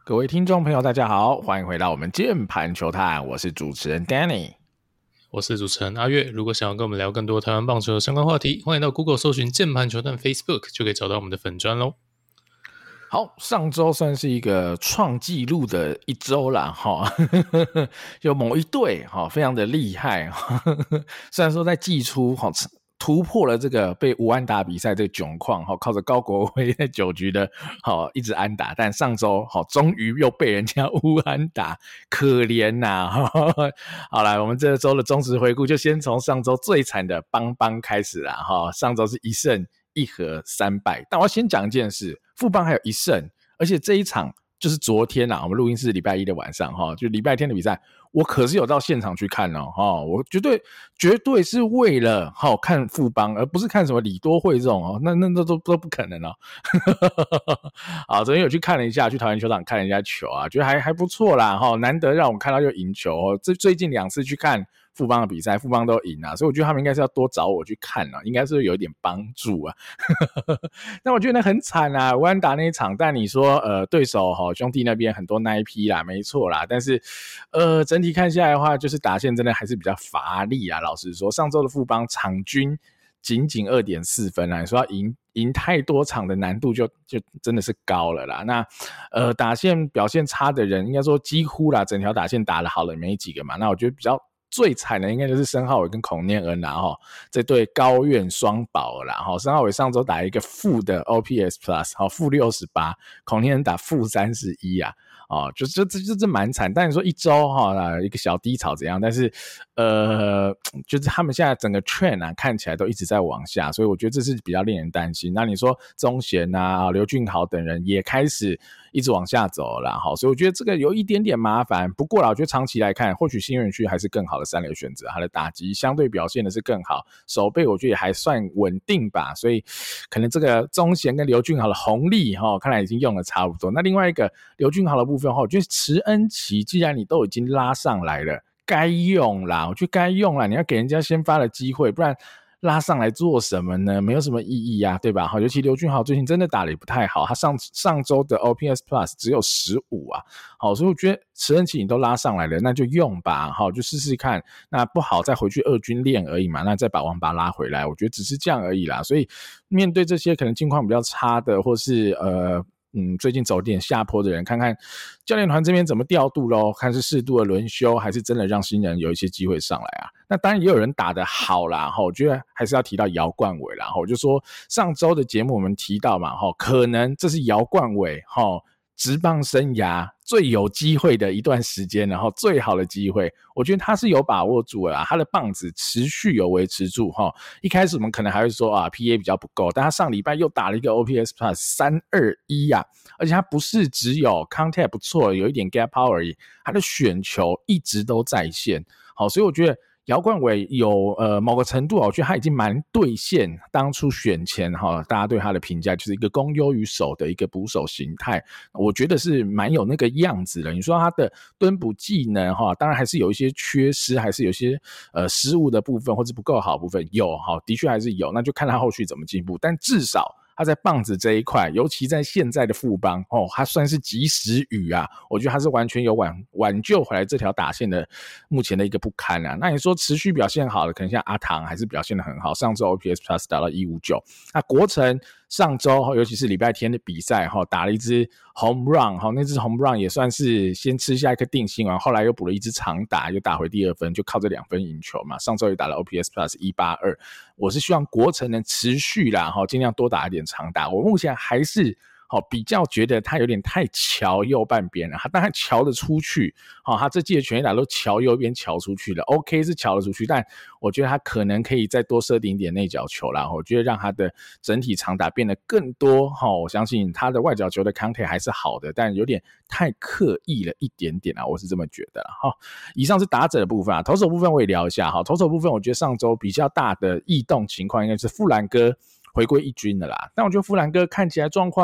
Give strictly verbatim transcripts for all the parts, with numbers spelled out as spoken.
各位听众朋友大家好，欢迎回到我们键盘球探，我是主持人 Danny， 我是主持人阿月。如果想要跟我们聊更多台湾棒球的相关话题，欢迎到 Google 搜寻键盘球探 Facebook 就可以找到我们的粉专咯。 好，上周算是一个创纪录的一周啦，有某一队非常的厉害，虽然说在季初突破了这个被无安打比赛这个窘况，靠着高国辉在九局的一直安打，但上周终于又被人家无安打，可怜呐、啊！好啦，我们这周的中职回顾就先从上周最惨的邦邦开始啦。上周是一胜一和三败，但我要先讲一件事，富邦还有一胜，而且这一场就是昨天啊，我们录音是礼拜一的晚上，就礼拜天的比赛，我可是有到现场去看哦，我绝对绝对是为了看富邦，而不是看什么李多慧这种哦，那那那都都不可能哦。好，昨天有去看了一下，去桃园球场看了一下球啊，觉得还还不错啦，难得让我看到就赢球哦。这最近两次去看富邦的比赛，富邦都赢啊，所以我觉得他们应该是要多找我去看啊，应该是有一点帮助啊。但我觉得那很惨啊，无安打那一场，但你说呃对手齁兄弟那边很多那一批啦，没错啦，但是呃整体看下来的话，就是打线真的还是比较乏力啊。老实说，上周的富邦场均仅仅 二点四 分啦，你说要赢赢太多场的难度就就真的是高了啦。那呃打线表现差的人，应该说几乎啦，整条打线打得好了没几个嘛。那我觉得比较最惨的应该就是申浩瑋跟孔念恩啦，齁这对高院双宝啦，齁申浩瑋上周打一个负的 O P S Plus， 齁负六十八，孔念恩打负三十一啊。哦，就这这这这蛮惨，但你说一周哈、哦、一个小低潮怎样？但是呃，就是他们现在整个 trend 啊看起来都一直在往下，所以我觉得这是比较令人担心。那你说宗贤啊、刘俊豪等人也开始一直往下走了，好，所以我觉得这个有一点点麻烦。不过啦，我觉得长期来看，或许新人区还是更好的三垒选择，他的打击相对表现的是更好，守备我觉得也还算稳定吧，所以可能这个宗贤跟刘俊豪的红利哈、哦，看来已经用的差不多。那另外一个刘俊豪的部分。我觉得池恩齐既然你都已经拉上来了，该用啦，我觉得该用啦，你要给人家先发的机会，不然拉上来做什么呢？没有什么意义啊，对吧？尤其刘俊豪最近真的打得也不太好，他上上周的 O P S Plus 只有十五啊，好，所以我觉得池恩齐你都拉上来了，那就用吧，好，就试试看。那不好再回去二军练而已嘛，那再把王拔拉回来，我觉得只是这样而已啦。所以面对这些可能境况比较差的，或是呃。嗯，最近走点下坡的人，看看教练团这边怎么调度咯，看是适度的轮休，还是真的让新人有一些机会上来啊？那当然也有人打得好啦，我觉得还是要提到姚冠伟啦，我就说上周的节目我们提到嘛，可能这是姚冠伟职棒生涯最有机会的一段时间，然后最好的机会，我觉得他是有把握住了啦，他的棒子持续有维持住齁。一开始我们可能还会说啊 P A 比较不够，但他上礼拜又打了一个 O P S Plus 三二一啊，而且他不是只有 contact 不错，有一点 gap power 而已，他的选球一直都在线，好，所以我觉得姚冠伟有呃某个程度，我觉得他已经蛮兑现当初选前哈大家对他的评价，就是一个攻优于守的一个捕手形态，我觉得是蛮有那个样子的。你说他的蹲捕技能哈，当然还是有一些缺失，还是有一些呃失误的部分或者不够好的部分有哈，的确还是有，那就看他后续怎么进步，但至少他在棒子这一块，尤其在现在的富邦哦，他算是及时雨啊，我觉得他是完全有挽挽救回来这条打线的目前的一个不堪啊。那你说持续表现好的，可能像阿唐还是表现得很好，上周 O P S Plus 达到一百五十九，那国成上周尤其是礼拜天的比赛打了一支 home run， 那支 home run 也算是先吃下一颗定心丸，后来又补了一支长打，又打回第二分，就靠这两分赢球嘛。上周也打了 O P S Plus 一百八十二，我是希望国成能持续啦，尽量多打一点长打。我目前还是比较觉得他有点太瞧右半边了，他当然瞧得出去，他这季的全垒打都瞧右边瞧出去了 ，OK 是瞧得出去，但我觉得他可能可以再多设定一点内角球啦，我觉得让他的整体长打变得更多，我相信他的外角球的 contact 还是好的，但有点太刻意了一点点啊，我是这么觉得啦。以上是打者的部分啊，投手部分我也聊一下，投手部分我觉得上周比较大的异动情况应该是富兰哥回归一军的啦，但我觉得富兰哥看起来状况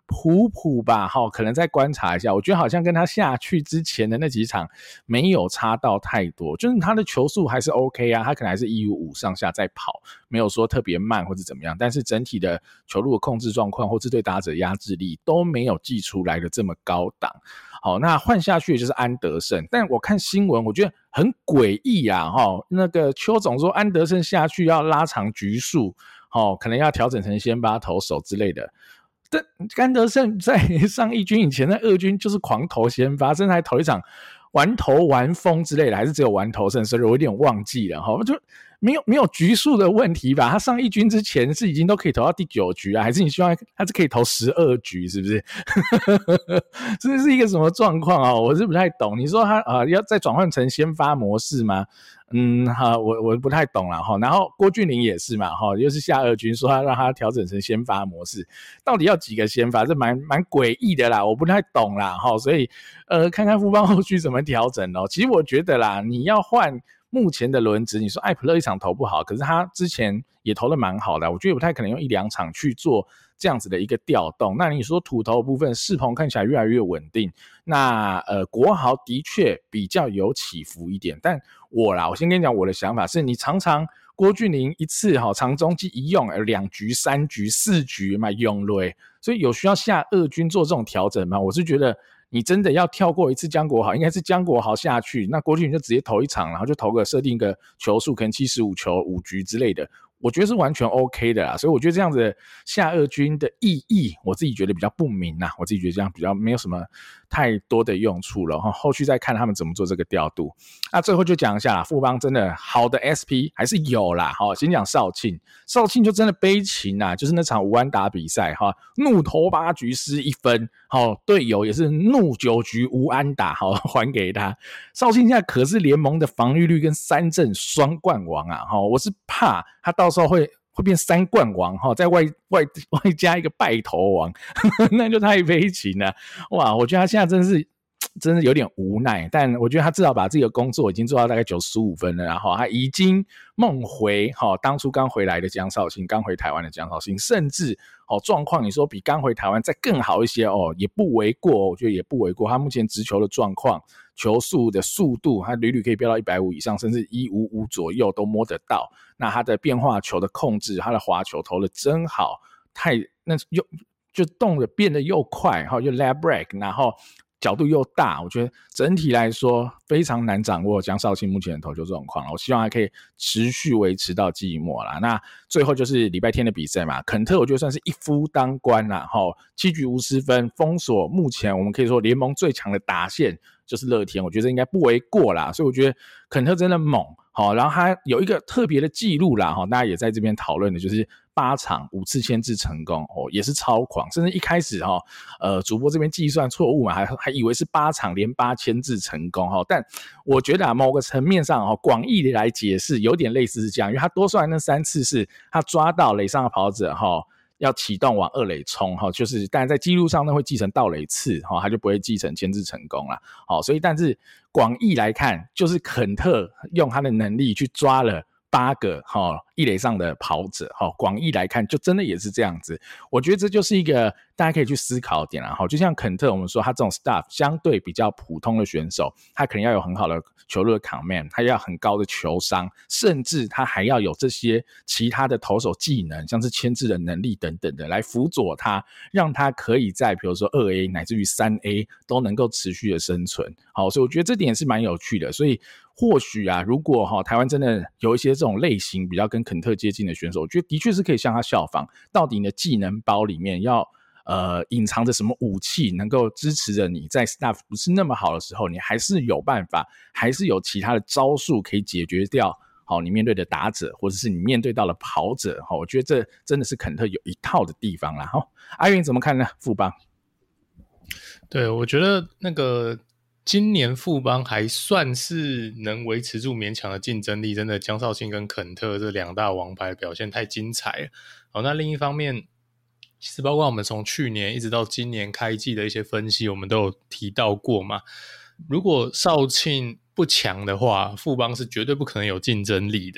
普普吧，齁，可能再观察一下，我觉得好像跟他下去之前的那几场没有差到太多，就是他的球速还是 OK 啊，他可能还是一五五上下在跑，没有说特别慢或者怎么样，但是整体的球路的控制状况或是对打者压制力都没有寄出来的这么高档。好，那换下去的就是安德森，但我看新闻我觉得很诡异啊，齁，那个邱总说安德森下去要拉长局数，齁，可能要调整成先发投手之类的。但安德森在上一军以前，在二军就是狂投先发，甚至还投一场完投完封之类的，还是只有完投胜，所以我有点忘记了哈，就没有没有局数的问题吧？他上一军之前是已经都可以投到第九局啊，还是你希望他是可以投十二局，是不是？这是一个什么状况啊？我是不太懂。你说他啊、呃、要再转换成先发模式吗？嗯，好，我我不太懂啦哈。然后郭俊麟也是嘛哈，又是下二军，说他让他调整成先发模式，到底要几个先发？这蛮蛮诡异的啦，我不太懂啦哈。所以呃，看看富邦后续怎么调整哦。其实我觉得啦，你要换目前的轮值，你说艾普勒一场投不好，可是他之前也投的蛮好的，我觉得不太可能用一两场去做这样子的一个调动。那你说土投的部分，世鹏看起来越来越稳定，那呃国豪的确比较有起伏一点，但我啦，我先跟你讲我的想法是，你常常郭俊麟一次哈长中继一用，两局、三局、四局嘛用了，所以有需要下二军做这种调整吗？我是觉得你真的要跳过一次江国豪，应该是江国豪下去，那郭俊麟就直接投一场，然后就投个设定一个球数，可能七十五球五局之类的。我觉得是完全 OK 的啦，所以我觉得这样子下二军的意义，我自己觉得比较不明啦，我自己觉得这样比较没有什么太多的用处了，后续再看他们怎么做这个调度。那最后就讲一下啦，富邦真的好的 S P 还是有啦，先讲少庆，少庆就真的悲情啦，就是那场无安打比赛，怒投八局失一分，队友也是怒九局无安打，还给他。少庆现在可是联盟的防御率跟三振双冠王啊，我是怕他到时候会会变三冠王，在外外外加一个败投王，那就太悲情了。哇，我觉得他现在真是真的有点无奈，但我觉得他至少把自己的工作已经做到大概九十五分了，然后他已经梦回当初刚回来的江少庆，刚回台湾的江少庆，甚至状况你说比刚回台湾再更好一些哦，也不为过，我觉得也不为过。他目前直球的状况，球速的速度，他屡屡可以飙到一百五以上，甚至一百五十五左右都摸得到。那他的变化球的控制，他的滑球投的真好，太那又就动的变得又快，又 leg break， 然后角度又大，我觉得整体来说非常难掌握江少庆目前的投球状况，我希望还可以持续维持到季末啦。那最后就是礼拜天的比赛嘛，肯特我觉得算是一夫当关啦，七局无失分，封锁目前我们可以说联盟最强的打线就是乐天，我觉得应该不为过啦，所以我觉得肯特真的猛。好，然后他有一个特别的记录啦，大家也在这边讨论的，就是八场五次牵制成功，哦，也是超狂，甚至一开始哈，呃，主播这边计算错误嘛，还还以为是八场连八牵制成功哈，但我觉得啊，某个层面上哈，广义的来解释，有点类似是这样，因为他多出来那三次是他抓到垒上的跑者哈。要启动往二垒冲，就是但在记录上呢会继承盗垒次，他就不会继承牵制成功啦。所以但是广义来看，就是肯特用他的能力去抓了八个一垒上的跑者，广义来看就真的也是这样子。我觉得这就是一个大家可以去思考的点啦，就像肯特我们说他这种 staff 相对比较普通的选手，他可能要有很好的球路的 command， 他要很高的球商，甚至他还要有这些其他的投手技能，像是牵制的能力等等的来辅佐他，让他可以在比如说 二 A 乃至于 三 A 都能够持续的生存。好，所以我觉得这点是蛮有趣的。所以或许啊，如果、哦、台湾真的有一些这种类型比较跟肯特接近的选手，我觉得的确是可以向他效仿，到底你的技能包里面要呃，隐藏着什么武器能够支持着你在 staff 不是那么好的时候，你还是有办法，还是有其他的招数可以解决掉好你面对的打者，或者是你面对到了跑者。我觉得这真的是肯特有一套的地方啦。阿云怎么看呢？富邦？ 对，我觉得那个今年富邦还算是能维持住勉强的竞争力，真的江少庆跟肯特这两大王牌表现太精彩了。好，那另一方面其实包括我们从去年一直到今年开季的一些分析，我们都有提到过嘛。如果少庆不强的话，富邦是绝对不可能有竞争力的。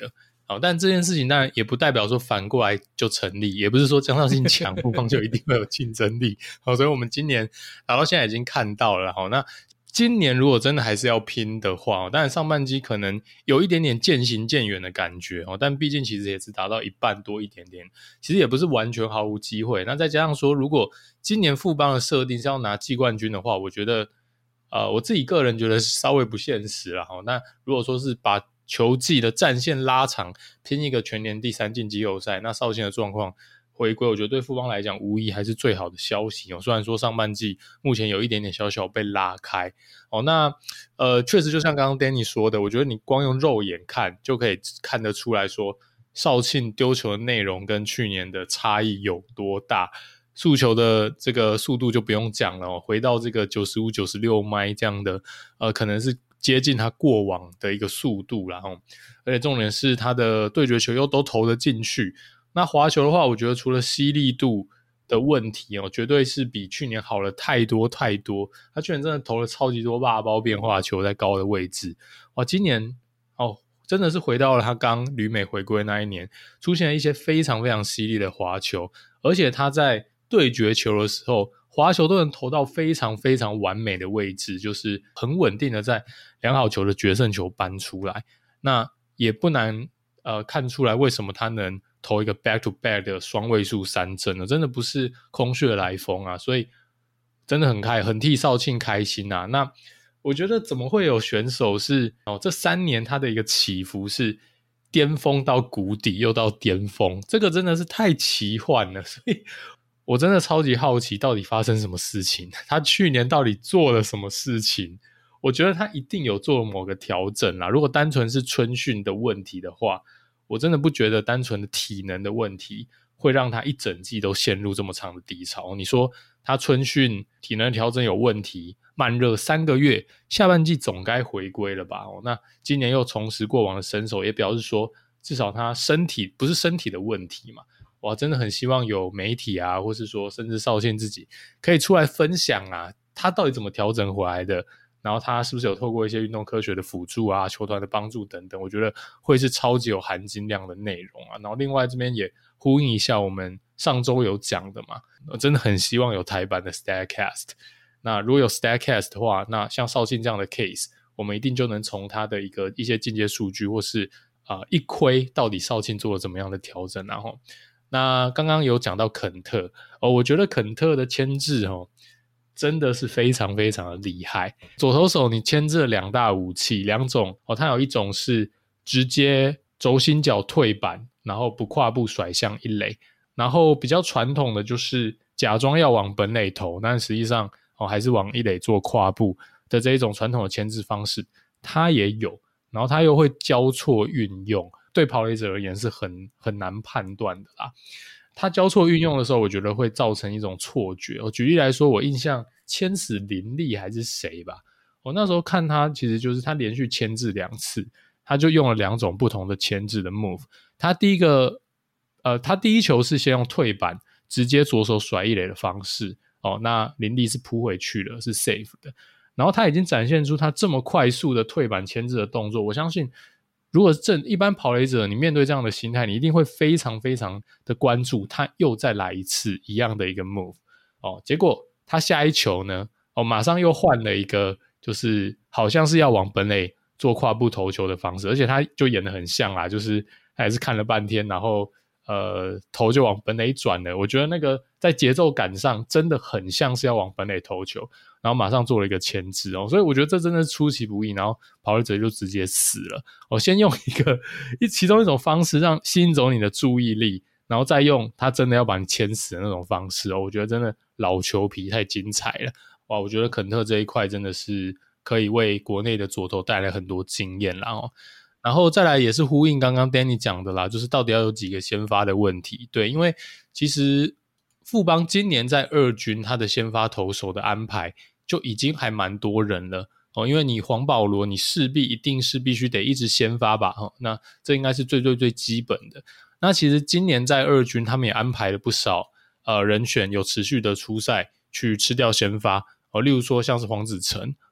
好，但这件事情当然也不代表说反过来就成立，也不是说江少庆强富邦就一定会有竞争力。好，所以我们今年打到现在已经看到了。好，那今年如果真的还是要拼的话，当然上半季可能有一点点渐行渐远的感觉，但毕竟其实也只达到一半多一点点，其实也不是完全毫无机会。那再加上说，如果今年富邦的设定是要拿季冠军的话，我觉得呃，我自己个人觉得稍微不现实啦。那如果说是把球季的战线拉长，拼一个全年第三进季后赛，那少庆的状况回归，我觉得对富邦来讲无疑还是最好的消息哦。虽然说上半季目前有一点点小小被拉开哦，那呃，确实就像刚刚 Danny 说的，我觉得你光用肉眼看就可以看得出来说，少庆丢球的内容跟去年的差异有多大。速球的这个速度就不用讲了哦，回到这个九十五、九十六迈这样的，呃，可能是接近他过往的一个速度啦齁。而且重点是他的对决球又都投得进去。那滑球的话，我觉得除了吸力度的问题哦，绝对是比去年好了太多太多。他去年真的投了超级多霸包变化球在高的位置，哇，今年哦，真的是回到了他刚旅美回归那一年，出现了一些非常非常犀利的滑球，而且他在对决球的时候，滑球都能投到非常非常完美的位置，就是很稳定的在良好球的决胜球搬出来。那也不难呃看出来为什么他能投一个 back to back 的双位数三振呢？真的不是空穴来风啊，所以真的很开很替少庆开心啊。那我觉得怎么会有选手是哦，这三年他的一个起伏是巅峰到谷底又到巅峰，这个真的是太奇幻了，所以我真的超级好奇到底发生什么事情，他去年到底做了什么事情。我觉得他一定有做某个调整啦，如果单纯是春训的问题的话，我真的不觉得单纯的体能的问题会让他一整季都陷入这么长的低潮。你说他春训体能调整有问题，慢热三个月，下半季总该回归了吧？那今年又重拾过往的身手，也表示说至少他身体不是身体的问题嘛。哇，真的很希望有媒体啊，或是说甚至少庆自己可以出来分享啊，他到底怎么调整回来的，然后他是不是有透过一些运动科学的辅助啊，球团的帮助等等，我觉得会是超级有含金量的内容啊。然后另外这边也呼应一下我们上周有讲的嘛，我真的很希望有台版的 Statcast。 那如果有 Statcast 的话，那像少庆这样的 case， 我们一定就能从他的一个一些进阶数据或是、呃、一窥到底少庆做了怎么样的调整。然后那刚刚有讲到肯特、哦、我觉得肯特的牵制、哦、真的是非常非常的厉害。左投手你牵制了两大武器，两种、哦、它有一种是直接轴心脚退板，然后不跨步甩向一垒，然后比较传统的就是假装要往本垒投，但实际上、哦、还是往一垒做跨步的这一种传统的牵制方式它也有，然后它又会交错运用，对跑垒者而言是很很难判断的啦。他交错运用的时候，我觉得会造成一种错觉。我举例来说，我印象牵死林立还是谁吧，我那时候看他其实就是他连续牵制两次，他就用了两种不同的牵制的 move。他第一个呃，他第一球是先用退板直接左手甩一垒的方式哦，那林立是扑回去了，是 safe 的。然后他已经展现出他这么快速的退板牵制的动作，我相信如果正一般跑垒者，你面对这样的心态，你一定会非常非常的关注他又再来一次一样的一个 move 哦。结果他下一球呢，哦，马上又换了一个，就是好像是要往本垒做跨步投球的方式，而且他就演得很像啦，就是他也是看了半天，然后呃头就往本垒转了。我觉得那个在节奏感上真的很像是要往本垒投球，然后马上做了一个牵制哦，所以我觉得这真的是出其不意，然后跑垒者就直接死了。我、哦、先用一个一其中一种方式让吸引走你的注意力，然后再用他真的要把你牵死的那种方式哦，我觉得真的老球皮太精彩了。哇，我觉得肯特这一块真的是可以为国内的左投带来很多经验啦哦。然后再来也是呼应刚刚 Danny 讲的啦，就是到底要有几个先发的问题。对，因为其实富邦今年在二军他的先发投手的安排就已经还蛮多人了哦，因为你黄保罗你势必一定是必须得一直先发吧、哦、那这应该是最最最基本的。那其实今年在二军他们也安排了不少呃人选有持续的出赛去吃掉先发哦，例如说像是黄子成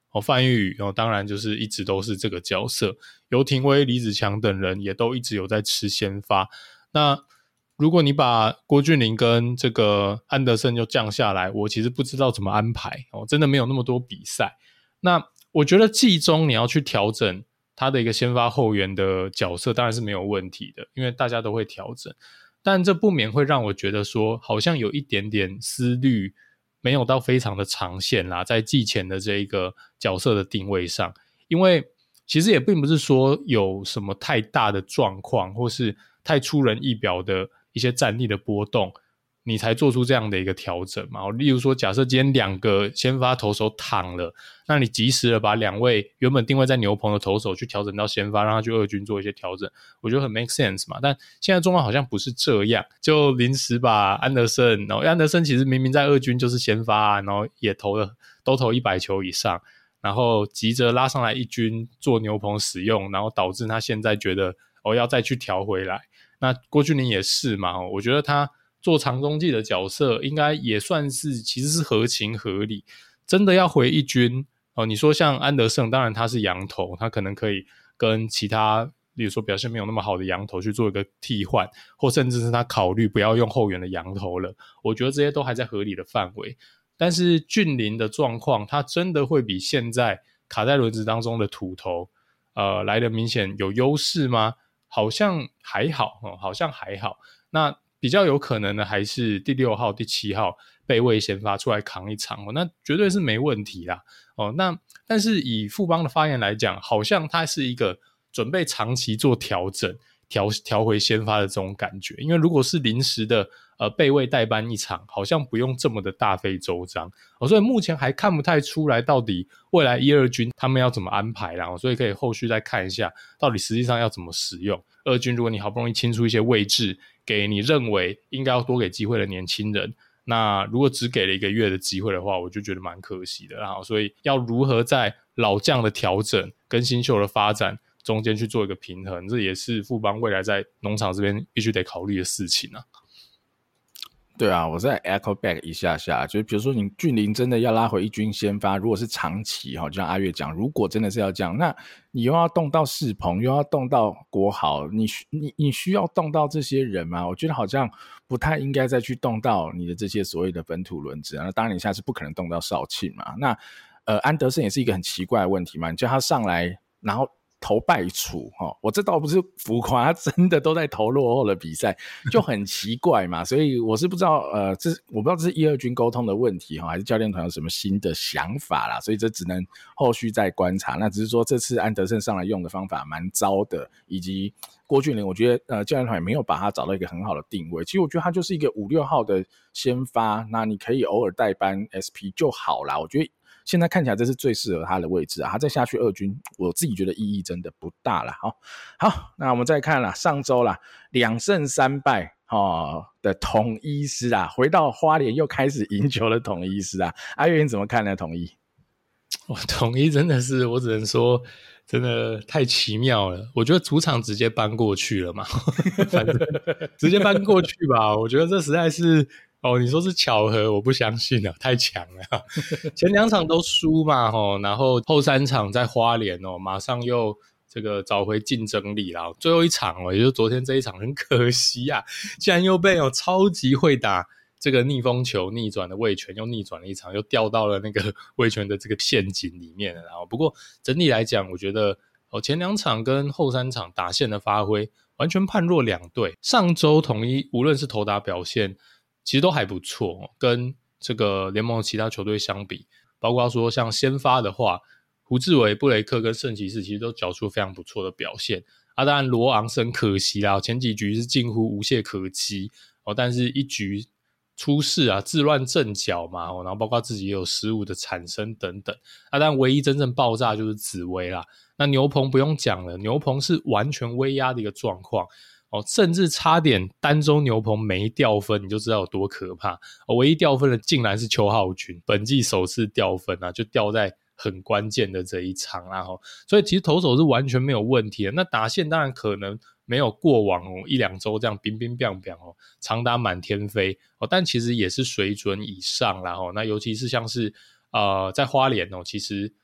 哦，范玉宇哦，当然就是一直都是这个角色，游廷威、李子强等人也都一直有在吃先发。那如果你把郭俊麟跟这个安德森就降下来，我其实不知道怎么安排哦，真的没有那么多比赛。那我觉得季中你要去调整他的一个先发后援的角色，当然是没有问题的，因为大家都会调整。但这不免会让我觉得说，好像有一点点思虑没有到非常的长线啦，在季前的这一个角色的定位上，因为其实也并不是说有什么太大的状况，或是太出人意表的一些战力的波动，你才做出这样的一个调整嘛。例如说，假设今天两个先发投手躺了，那你及时的把两位原本定位在牛棚的投手去调整到先发，让他去二军做一些调整，我觉得很 make sense 嘛。但现在状况好像不是这样，就临时把安德森，然后安德森其实明明在二军就是先发啊，然后也投了都投一百球以上，然后急着拉上来一军做牛棚使用，然后导致他现在觉得哦要再去调回来。那郭俊麟也是嘛，我觉得他做长中继的角色应该也算是其实是合情合理。真的要回一军哦，你说像安德森，当然他是洋投，他可能可以跟其他例如说表现没有那么好的洋投去做一个替换，或甚至是他考虑不要用后援的洋投了，我觉得这些都还在合理的范围。但是俊麟的状况，他真的会比现在卡在轮子当中的土投呃来的明显有优势吗？好像还好、哦、好像还好。那比较有可能的还是第六号第七号备位先发出来扛一场、哦、那绝对是没问题啦、哦、那但是以富邦的发言来讲，好像他是一个准备长期做调整调调回先发的这种感觉。因为如果是临时的呃备位代班一场，好像不用这么的大费周章、哦、所以目前还看不太出来到底未来一二军他们要怎么安排啦、哦、所以可以后续再看一下到底实际上要怎么使用二军。如果你好不容易清出一些位置给你认为应该要多给机会的年轻人，那如果只给了一个月的机会的话，我就觉得蛮可惜的啦。所以要如何在老将的调整跟新秀的发展中间去做一个平衡，这也是富邦未来在农场这边必须得考虑的事情啊。 对啊，我再 echo back 一下下，就是比如说你俊麟真的要拉回一军先发，如果是长期就像阿月讲，如果真的是要这样，那你又要动到世鹏，又要动到国豪，你你你需要动到这些人吗？我觉得好像不太应该再去动到你的这些所谓的本土轮值啊。那当然你下次不可能动到少庆嘛。那呃安德森也是一个很奇怪的问题嘛，你叫他上来，然后投败处、哦、我这倒不是浮夸，他真的都在投落后的比赛，就很奇怪嘛。所以我是不知道呃，这我不知道这是一二军沟通的问题、哦、还是教练团有什么新的想法啦，所以这只能后续再观察。那只是说这次安德森上来用的方法蛮糟的，以及郭俊麟我觉得呃教练团也没有把他找到一个很好的定位。其实我觉得他就是一个五六号的先发，那你可以偶尔代班 S P 就好啦。我觉得现在看起来这是最适合他的位置啊，他再下去二军，我自己觉得意义真的不大啦。好，好，那我们再看啦，上周啦两胜三败、哦、的统一师啊，回到花莲又开始赢球的统一师啊，阿月你怎么看呢？统一？ 我统一真的是，我只能说真的太奇妙了。我觉得主场直接搬过去了嘛，反正直接搬过去吧。我觉得这实在是哦，你说是巧合，我不相信啊，太强了。前两场都输嘛，哦，然后后三场在花莲哦，马上又这个找回竞争力啦。最后一场哦，也就是昨天这一场，很可惜啊，竟然又被哦超级会打这个逆风球逆转的味全又逆转了一场，又掉到了那个味全的这个陷阱里面了。然后不过整体来讲，我觉得哦前两场跟后三场打线的发挥完全判若两队。上周统一无论是投打表现其实都还不错，跟这个联盟的其他球队相比，包括说像先发的话，胡志伟、布雷克跟圣骑士其实都缴出非常不错的表现啊。当然罗昂是很可惜啦，前几局是近乎无懈可击哦，但是一局出事啊，自乱阵脚嘛、哦、然后包括自己也有失误的产生等等啊。但唯一真正爆炸就是紫薇啦，那牛棚不用讲了，牛棚是完全威压的一个状况哦，甚至差点单周牛棚没掉分，你就知道有多可怕、哦、唯一掉分的竟然是邱浩军，本季首次掉分啊，就掉在很关键的这一场啦、哦、所以其实投手是完全没有问题的。那打线当然可能没有过往、哦、一两周这样冰冰冰冰哦，长打满天飞哦，但其实也是水准以上啦、哦、那尤其是像是呃在花莲哦，其实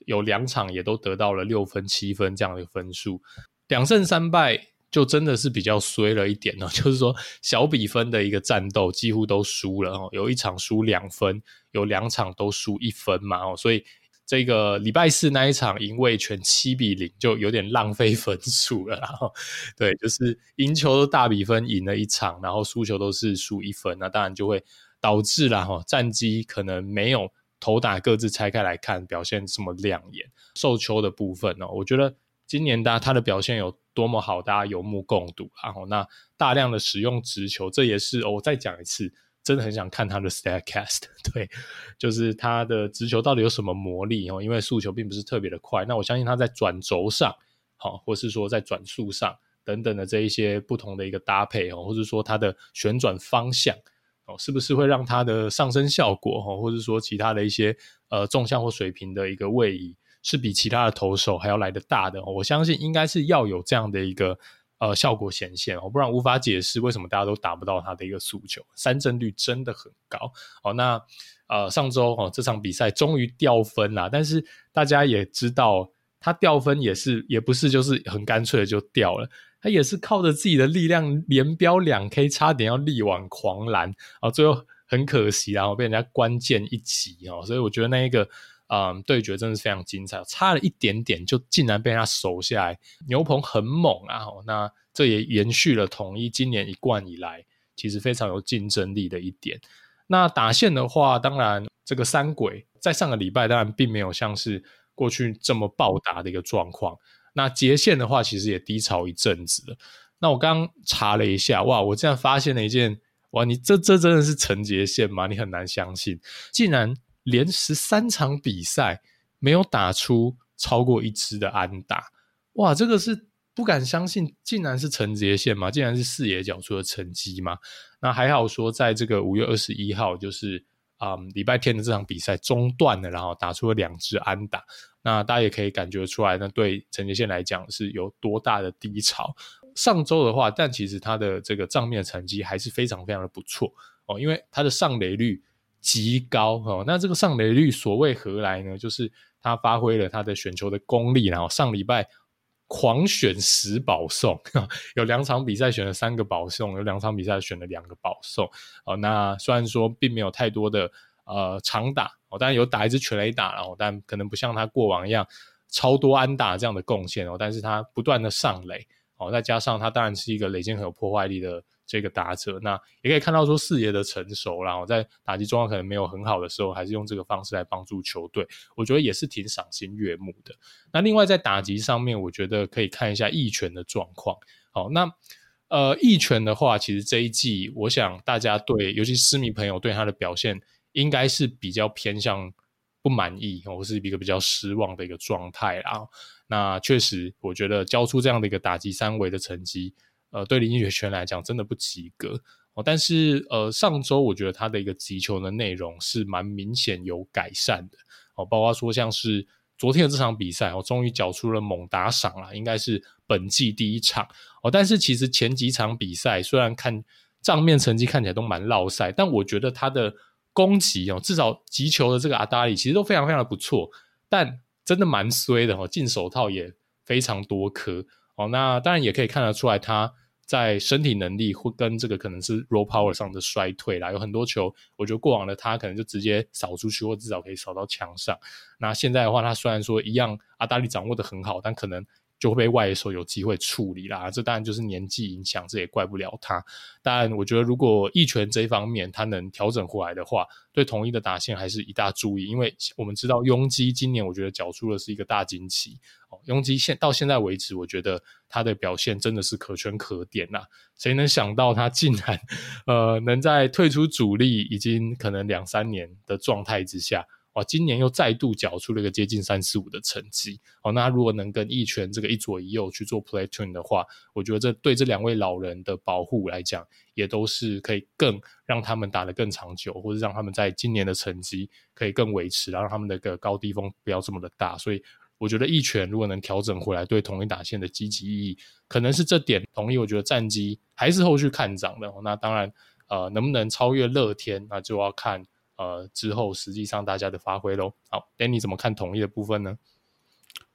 有两场也都得到了六分七分这样的分数，两胜三败就真的是比较衰了一点哦，就是说小比分的一个战斗几乎都输了哦，有一场输两分，有两场都输一分嘛哦，所以这个礼拜四那一场赢味全七比零就有点浪费分数了，然后对，就是赢球都大比分赢了一场，然后输球都是输一分，那当然就会导致啦齁战绩可能没有头打各自拆开来看表现这么亮眼。受球的部分哦，我觉得今年大家他的表现有多么好，大家有目共睹，然后那大量的使用直球，这也是、哦、我再讲一次，真的很想看他的 Statcast， 对，就是他的直球到底有什么魔力哦，因为速球并不是特别的快，那我相信他在转轴上，好、哦，或是说在转速上等等的这一些不同的一个搭配哦，或是说他的旋转方向哦，是不是会让他的上升效果哦，或是说其他的一些呃纵向或水平的一个位移是比其他的投手还要来得大的、哦、我相信应该是要有这样的一个呃效果显现、哦、不然无法解释为什么大家都打不到他的一个速球，三振率真的很高哦。那呃上周哦这场比赛终于掉分啦，但是大家也知道他掉分也是也不是就是很干脆的就掉了，他也是靠着自己的力量连飙 两 K， 差点要力挽狂澜啊，最后很可惜然后被人家关键一击哦，所以我觉得那一个嗯，对决真的是非常精彩，差了一点点就竟然被他守下来，牛棚很猛啊、哦、那这也延续了统一今年一贯以来其实非常有竞争力的一点。那打线的话，当然这个三鬼在上个礼拜当然并没有像是过去这么暴打的一个状况，那截线的话其实也低潮一阵子了。那我刚刚查了一下，哇，我竟然发现了一件，哇，你这这真的是陈截线吗？你很难相信，竟然连十三场比赛没有打出超过一支的安打，哇，这个是不敢相信，竟然是陈截线嘛，竟然是四野缴出的成绩嘛。那还好说在这个五月二十一号就是嗯，礼拜天的这场比赛中断了，然后打出了两支安打，那大家也可以感觉出来，那对陈杰宪来讲是有多大的低潮。上周的话，但其实他的这个账面成绩还是非常非常的不错哦，因为他的上垒率极高哦。那这个上垒率所谓何来呢？就是他发挥了他的选球的功力，然后上礼拜狂选十保送，有两场比赛选了三个保送，有两场比赛选了两个保送、哦、那虽然说并没有太多的呃长打、哦、当然有打一支全垒打、哦、但可能不像他过往一样超多安打这样的贡献、哦、但是他不断的上垒、哦、再加上他当然是一个垒间很有破坏力的这个打者，那也可以看到说四爷的成熟，然后在打击状况可能没有很好的时候，还是用这个方式来帮助球队，我觉得也是挺赏心悦目的。那另外在打击上面，我觉得可以看一下义拳的状况。好，那呃义拳的话，其实这一季我想大家对，尤其是狮迷朋友对他的表现，应该是比较偏向不满意，或是一个比较失望的一个状态啦。那确实，我觉得交出这样的一个打击三围的成绩。呃，对林义拳来讲真的不及格、哦、但是呃，上周我觉得他的一个击球的内容是蛮明显有改善的、哦、包括说像是昨天的这场比赛、哦、终于缴出了猛打赏啦，应该是本季第一场、哦、但是其实前几场比赛虽然看账面成绩看起来都蛮落赛，但我觉得他的攻击、哦、至少击球的这个阿达里其实都非常非常的不错，但真的蛮衰的、哦、进手套也非常多颗。哦，那当然也可以看得出来他在身体能力会跟这个可能是 raw power 上的衰退啦，有很多球我觉得过往的他可能就直接扫出去，或至少可以扫到墙上。那现在的话他虽然说一样阿达利掌握的很好，但可能就会被外野手有机会处理啦，这当然就是年纪影响，这也怪不了他。但我觉得如果义拳这一方面他能调整回来的话，对统一的打线还是一大注意，因为我们知道雍基今年我觉得缴出的是一个大惊奇、哦、雍基现到现在为止我觉得他的表现真的是可圈可点啦，谁能想到他竟然呃能在退出主力已经可能两三年的状态之下，哇，今年又再度缴出了一个接近三四五的成绩、哦、那如果能跟义拳这个一左一右去做 platoon 的话，我觉得这对这两位老人的保护来讲也都是可以更让他们打得更长久，或者让他们在今年的成绩可以更维持，然后让他们的个高低峰不要这么的大。所以我觉得义拳如果能调整回来，对统一打线的积极意义可能是这点，统一我觉得战绩还是后续看涨的、哦、那当然呃能不能超越乐天，那就要看呃之后实际上大家的发挥咯。好 Danny 怎么看统一的部分呢？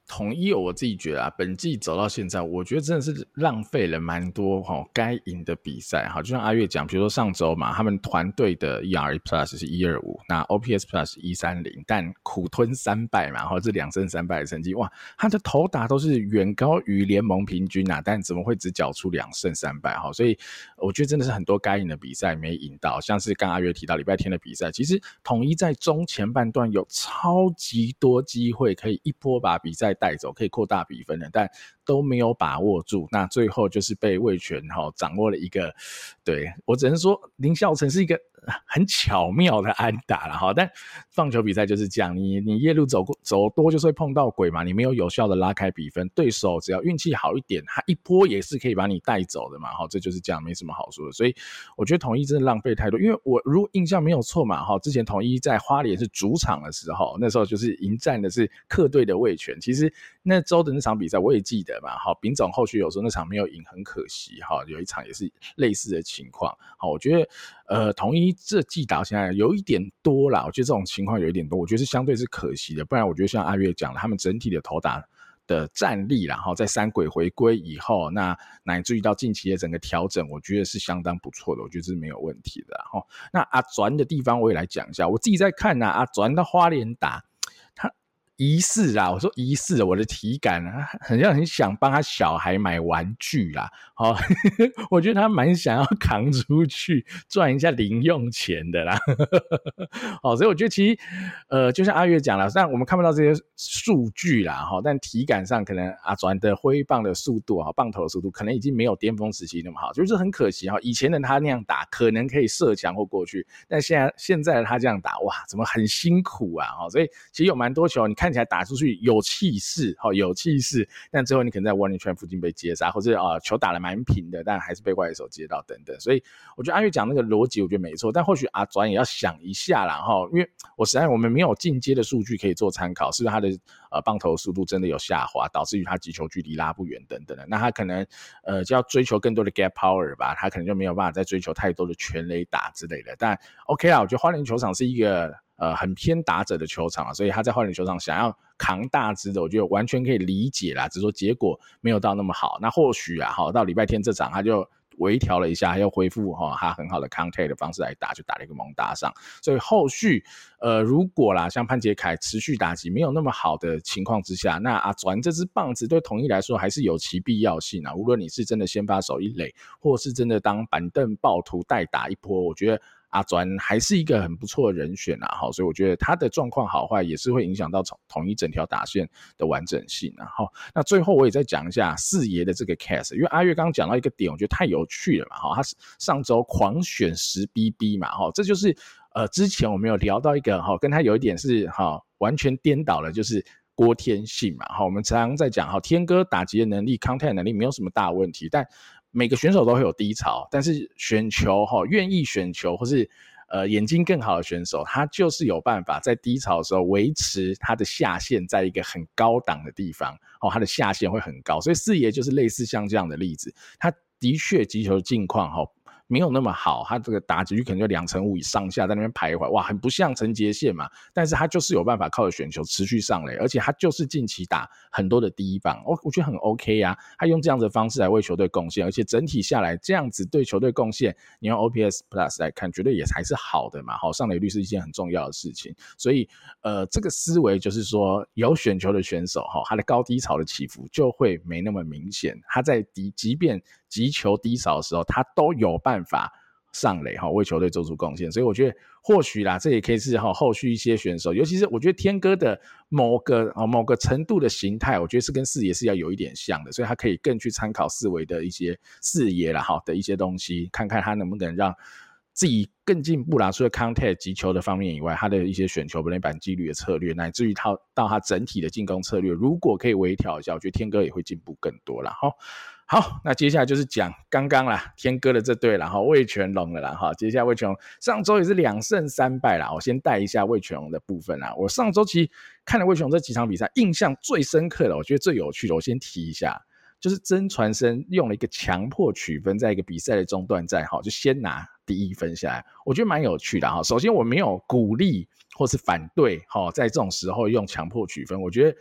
统一我自己觉得啊，本季走到现在，我觉得真的是浪费了蛮多哈该赢的比赛哈。就像阿月讲，比如说上周嘛，他们团队的 E R A Plus 是一二五，那 O P S Plus 是一三零，但苦吞三败嘛，哈，这两胜三败的成绩，哇，他的投打都是远高于联盟平均啊，但怎么会只缴出两胜三败哈？所以我觉得真的是很多该赢的比赛没赢到，像是刚阿月提到礼拜天的比赛，其实统一在中前半段有超级多机会可以一波把比赛带走，可以扩大比分的，但都没有把握住。那最后就是被味全、哦、掌握了一个，对，我只能说林孝成是一个很巧妙的安打啦，但棒球比赛就是这样，你你夜路走走多就是会碰到鬼嘛，你没有有效的拉开比分，对手只要运气好一点，他一波也是可以把你带走的嘛，这就是这样，没什么好说的。所以我觉得统一真的浪费太多，因为我如果印象没有错嘛，之前统一在花莲是主场的时候，那时候就是迎战的是客队的味全，其实那周的那场比赛我也记得嘛，丙总后续有说那场没有赢很可惜，有一场也是类似的情况，我觉得呃，统一这季打现在有一点多啦，我觉得这种情况有一点多，我觉得是相对是可惜的，不然我觉得像阿月讲的，他们整体的投打的战力啦，在三鬼回归以后，那乃至于到近期的整个调整，我觉得是相当不错的，我觉得这是没有问题的。那阿转的地方我也来讲一下，我自己在看啊，阿转到花莲打，他疑似啦，我说疑似，我的体感啊，很像很想帮他小孩买玩具啦，哦，我觉得他蛮想要扛出去赚一下零用钱的啦，哦，所以我觉得其实呃，就像阿月讲了，但我们看不到这些数据啦，哦，但体感上可能阿转的挥棒的速度，棒头的速度可能已经没有巅峰时期那么好，就是很可惜，以前的他那样打可能可以射墙或过去，但现在现在的他这样打，哇，怎么很辛苦啊，所以其实有蛮多球你看起来打出去有气势，有气势，但最后你可能在 warning track 附近被接杀，或者、呃、球打得蛮平的，但还是被外野手接到等等。所以我觉得阿月讲那个逻辑，我觉得没错，但或许阿转也要想一下啦，因为我实在我们没有进阶的数据可以做参考，是不是他的呃棒头速度真的有下滑，导致于他击球距离拉不远等等的？那他可能呃就要追求更多的 gap power 吧，他可能就没有办法再追求太多的全垒打之类的。但 OK 啦，我觉得花莲球场是一个。呃，很偏打者的球场，所以他在花莲球场想要扛大支的，我觉得完全可以理解啦。只是说结果没有到那么好，那或许啊，到礼拜天这场他就微调了一下，又恢复哈他很好的 contact 的方式来打，就打了一个猛打上。所以后续呃，如果啦像潘杰凯持续打击没有那么好的情况之下，那阿转这支棒子对统一来说还是有其必要性啊。无论你是真的先发守一垒，或是真的当板凳暴徒代打一波，我觉得。阿转还是一个很不错的人选啊，所以我觉得他的状况好坏也是会影响到统一整条打线的完整性啊。那最后我也再讲一下四爷的这个 case， 因为阿月刚刚讲到一个点，我觉得太有趣了嘛，他上周狂选十 B B 嘛，这就是呃之前我们有聊到一个跟他有一点是完全颠倒了，就是郭天信嘛，我们常常在讲天哥打击的能力 contact 能力没有什么大问题，但每个选手都会有低潮，但是选球愿意选球或是呃眼睛更好的选手，他就是有办法在低潮的时候维持他的下限在一个很高档的地方，他的下限会很高，所以四爷就是类似像这样的例子，他的确击球近况没有那么好，他这个打击率可能就两成五以上下在那边徘徊，哇，很不像陈杰宪嘛，但是他就是有办法靠着选球持续上垒，而且他就是近期打很多的第一棒，我我觉得很 OK 啊，他用这样子的方式来为球队贡献，而且整体下来这样子对球队贡献，你用 O P S Plus 来看，绝对也还是好的嘛，好，上垒率是一件很重要的事情，所以呃，这个思维就是说，有选球的选手他的高低潮的起伏就会没那么明显，他在即便击球低潮的时候，他都有办法上垒为球队做出贡献，所以我觉得或许啦，这也可以是后续一些选手，尤其是我觉得天哥的某个某个程度的形态，我觉得是跟四爷是要有一点像的，所以他可以更去参考四维的一些四爷啦的一些东西，看看他能不能让自己更进步啦，除了 contact 击球的方面以外，他的一些选球本垒板几率的策略，乃至于到到他整体的进攻策略，如果可以微调一下，我觉得天哥也会进步更多啦。好，那接下来就是讲刚刚啦，天哥的这队啦，味全龙了啦，接下来味全龙上周也是两胜三败啦，我先带一下味全龙的部分啦。我上周其实看了味全龙这几场比赛，印象最深刻的，我觉得最有趣的，我先提一下，就是曾传生用了一个强迫取分，在一个比赛的中段战，就先拿第一分下来，我觉得蛮有趣的。首先我没有鼓励或是反对在这种时候用强迫取分，我觉得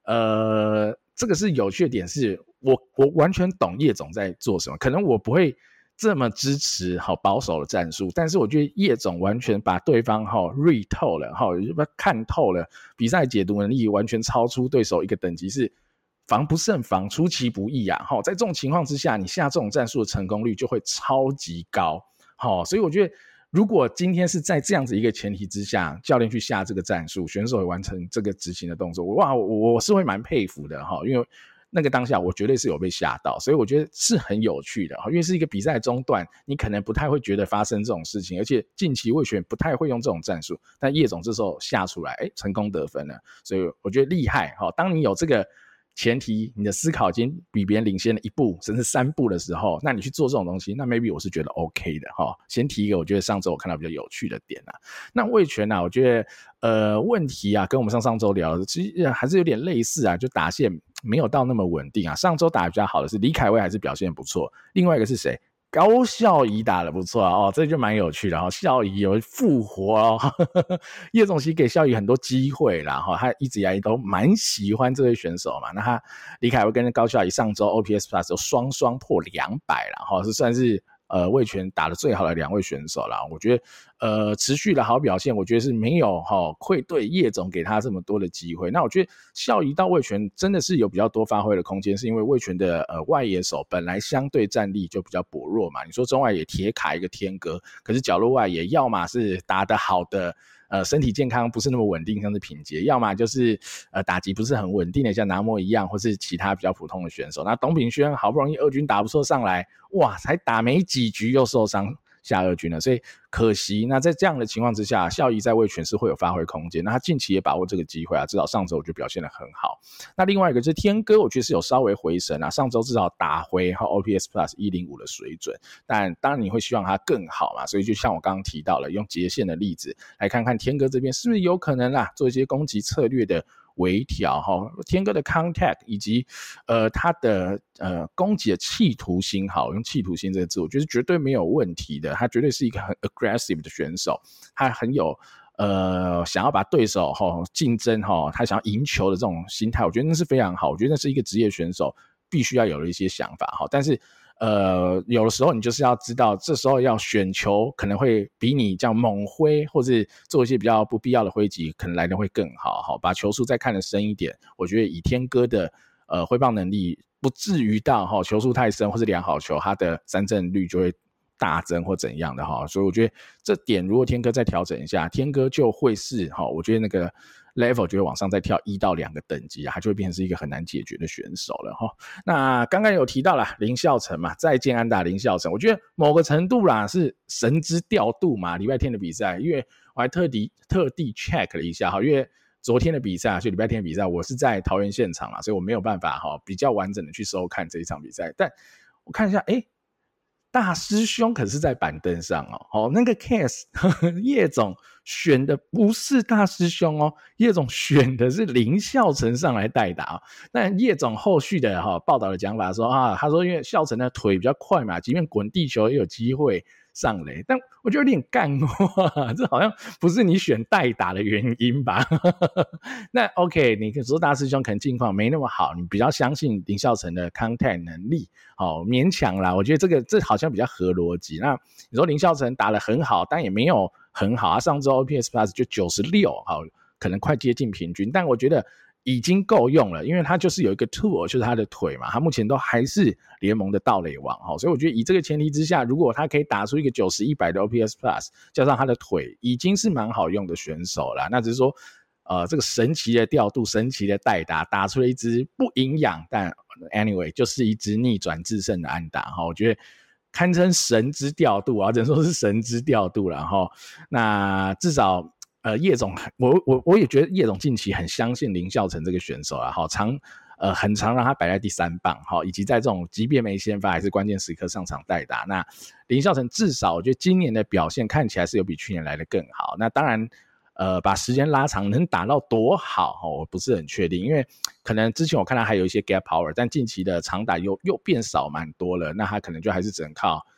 呃，这个是有趣的点是，我我完全懂叶总在做什么，可能我不会这么支持好保守的战术，但是我觉得叶总完全把对方哈 read 透了哈，看透了，比赛解读能力完全超出对手一个等级，是防不胜防，出其不意啊！在这种情况之下，你下这种战术的成功率就会超级高。所以我觉得，如果今天是在这样子一个前提之下，教练去下这个战术，选手也完成这个执行的动作，哇，我我是会蛮佩服的哈，因为那个当下我绝对是有被吓到，所以我觉得是很有趣的，因为是一个比赛中段，你可能不太会觉得发生这种事情，而且近期魏权不太会用这种战术，但叶总这时候下出来，哎，成功得分了，所以我觉得厉害哈。当你有这个前提，你的思考已经比别人领先了一步甚至三步的时候，那你去做这种东西，那 maybe 我是觉得 OK 的哈。先提一个我觉得上周我看到比较有趣的点啊，那魏权啊，我觉得呃问题啊跟我们上上周聊的其实还是有点类似啊，就打线没有到那么稳定啊。上周打得比较好的是李凯威，还是表现不错，另外一个是谁？高孝仪打得不错啊，哦，这就蛮有趣的哈。孝仪有复活哦，叶总其实给孝仪很多机会啦哈，他一直以来都蛮喜欢这位选手嘛。那他李凯威跟高孝仪上周 O P S Plus 都双双破两百啦哈，是算是呃魏权打得最好的两位选手啦。我觉得呃持续的好表现，我觉得是没有哈、哦、愧对叶总给他这么多的机会。那我觉得孝仪到魏权真的是有比较多发挥的空间，是因为魏权的呃外野手本来相对战力就比较薄弱嘛。你说中外野铁卡一个天哥，可是角落外野要么是打得好的。呃，身体健康不是那么稳定，像是品杰，要么就是呃打击不是很稳定的，像南莫一样，或是其他比较普通的选手。那董秉轩好不容易二军打不错上来，哇，才打没几局又受伤下二军了，所以可惜。那在这样的情况之下，孝仪在魏权是会有发挥空间，那他近期也把握这个机会啊，至少上周我觉得表现得很好。那另外一个就是天哥，我觉得是有稍微回神啊，上周至少打回 O P S Plus 一零五 的水准，但当然你会希望他更好嘛，所以就像我刚刚提到了，用截线的例子来看看天哥这边是不是有可能啦，做一些攻击策略的微调哈，天哥的 contact 以及呃他的呃攻击的企图心，好，用企图心这个字，我觉得绝对没有问题的，他绝对是一个很 aggressive 的选手，他很有呃想要把对手哈竞争哈，他想要赢球的这种心态，我觉得那是非常好，我觉得那是一个职业选手必须要有的一些想法哈，但是。呃，有的时候你就是要知道，这时候要选球可能会比你这样猛挥，或是做一些比较不必要的挥击，可能来的会更好。好，把球速再看得深一点。我觉得以天哥的呃挥棒能力，不至于到哈球速太深或是量好球，他的三振率就会大增或怎样的哈。所以我觉得这点如果天哥再调整一下，天哥就会是哈，我觉得那个。level 就会往上再跳一到两个等级啊，他就会变成是一个很难解决的选手了哈。那刚刚有提到啦，林孝成嘛，再见安打林孝成，我觉得某个程度啦是神之调度嘛，礼拜天的比赛，因为我还特地特地 check 了一下哈，因为昨天的比赛就礼拜天的比赛，我是在桃园现场啦，所以我没有办法哈比较完整的去收看这一场比赛，但我看一下，哎。大师兄可是在板凳上哦，哦那个 case 叶总选的不是大师兄哦，叶总选的是林孝成上来代打哦。那叶总后续的哈、哦、报道的讲法说啊，他说因为孝成的腿比较快嘛，即便滚地球也有机会上垒，但我觉得有点干话，这好像不是你选代打的原因吧？那 OK， 你说大师兄可能近况没那么好，你比较相信林孝成的 contact 能力，好、哦、勉强啦。我觉得这个这好像比较合逻辑。那你说林孝成打得很好，但也没有很好啊。上周 O P S Plus 就九十六，好，可能快接近平均，但我觉得。已经够用了，因为他就是有一个 tool， 就是他的腿嘛，他目前都还是联盟的盗垒王，所以我觉得以这个前提之下，如果他可以打出一个九十、一百的 O P S Plus， 加上他的腿，已经是蛮好用的选手了。那只是说，呃，这个神奇的调度、神奇的代打，打出了一支不营养，但 anyway 就是一支逆转制胜的安打，我觉得堪称神之调度啊，只能说是神之调度了哈。那至少。呃，叶总，我我我也觉得叶总近期很相信林孝成这个选手啊，好常呃很常让他摆在第三棒，好，以及在这种即便没先发还是关键时刻上场代打。那林孝成至少我觉得今年的表现看起来是有比去年来的更好。那当然，呃，把时间拉长能打到多好，我不是很确定，因为可能之前我看他还有一些 gap power，但近期的长打又又变少蛮多了，那他可能就还是只能靠。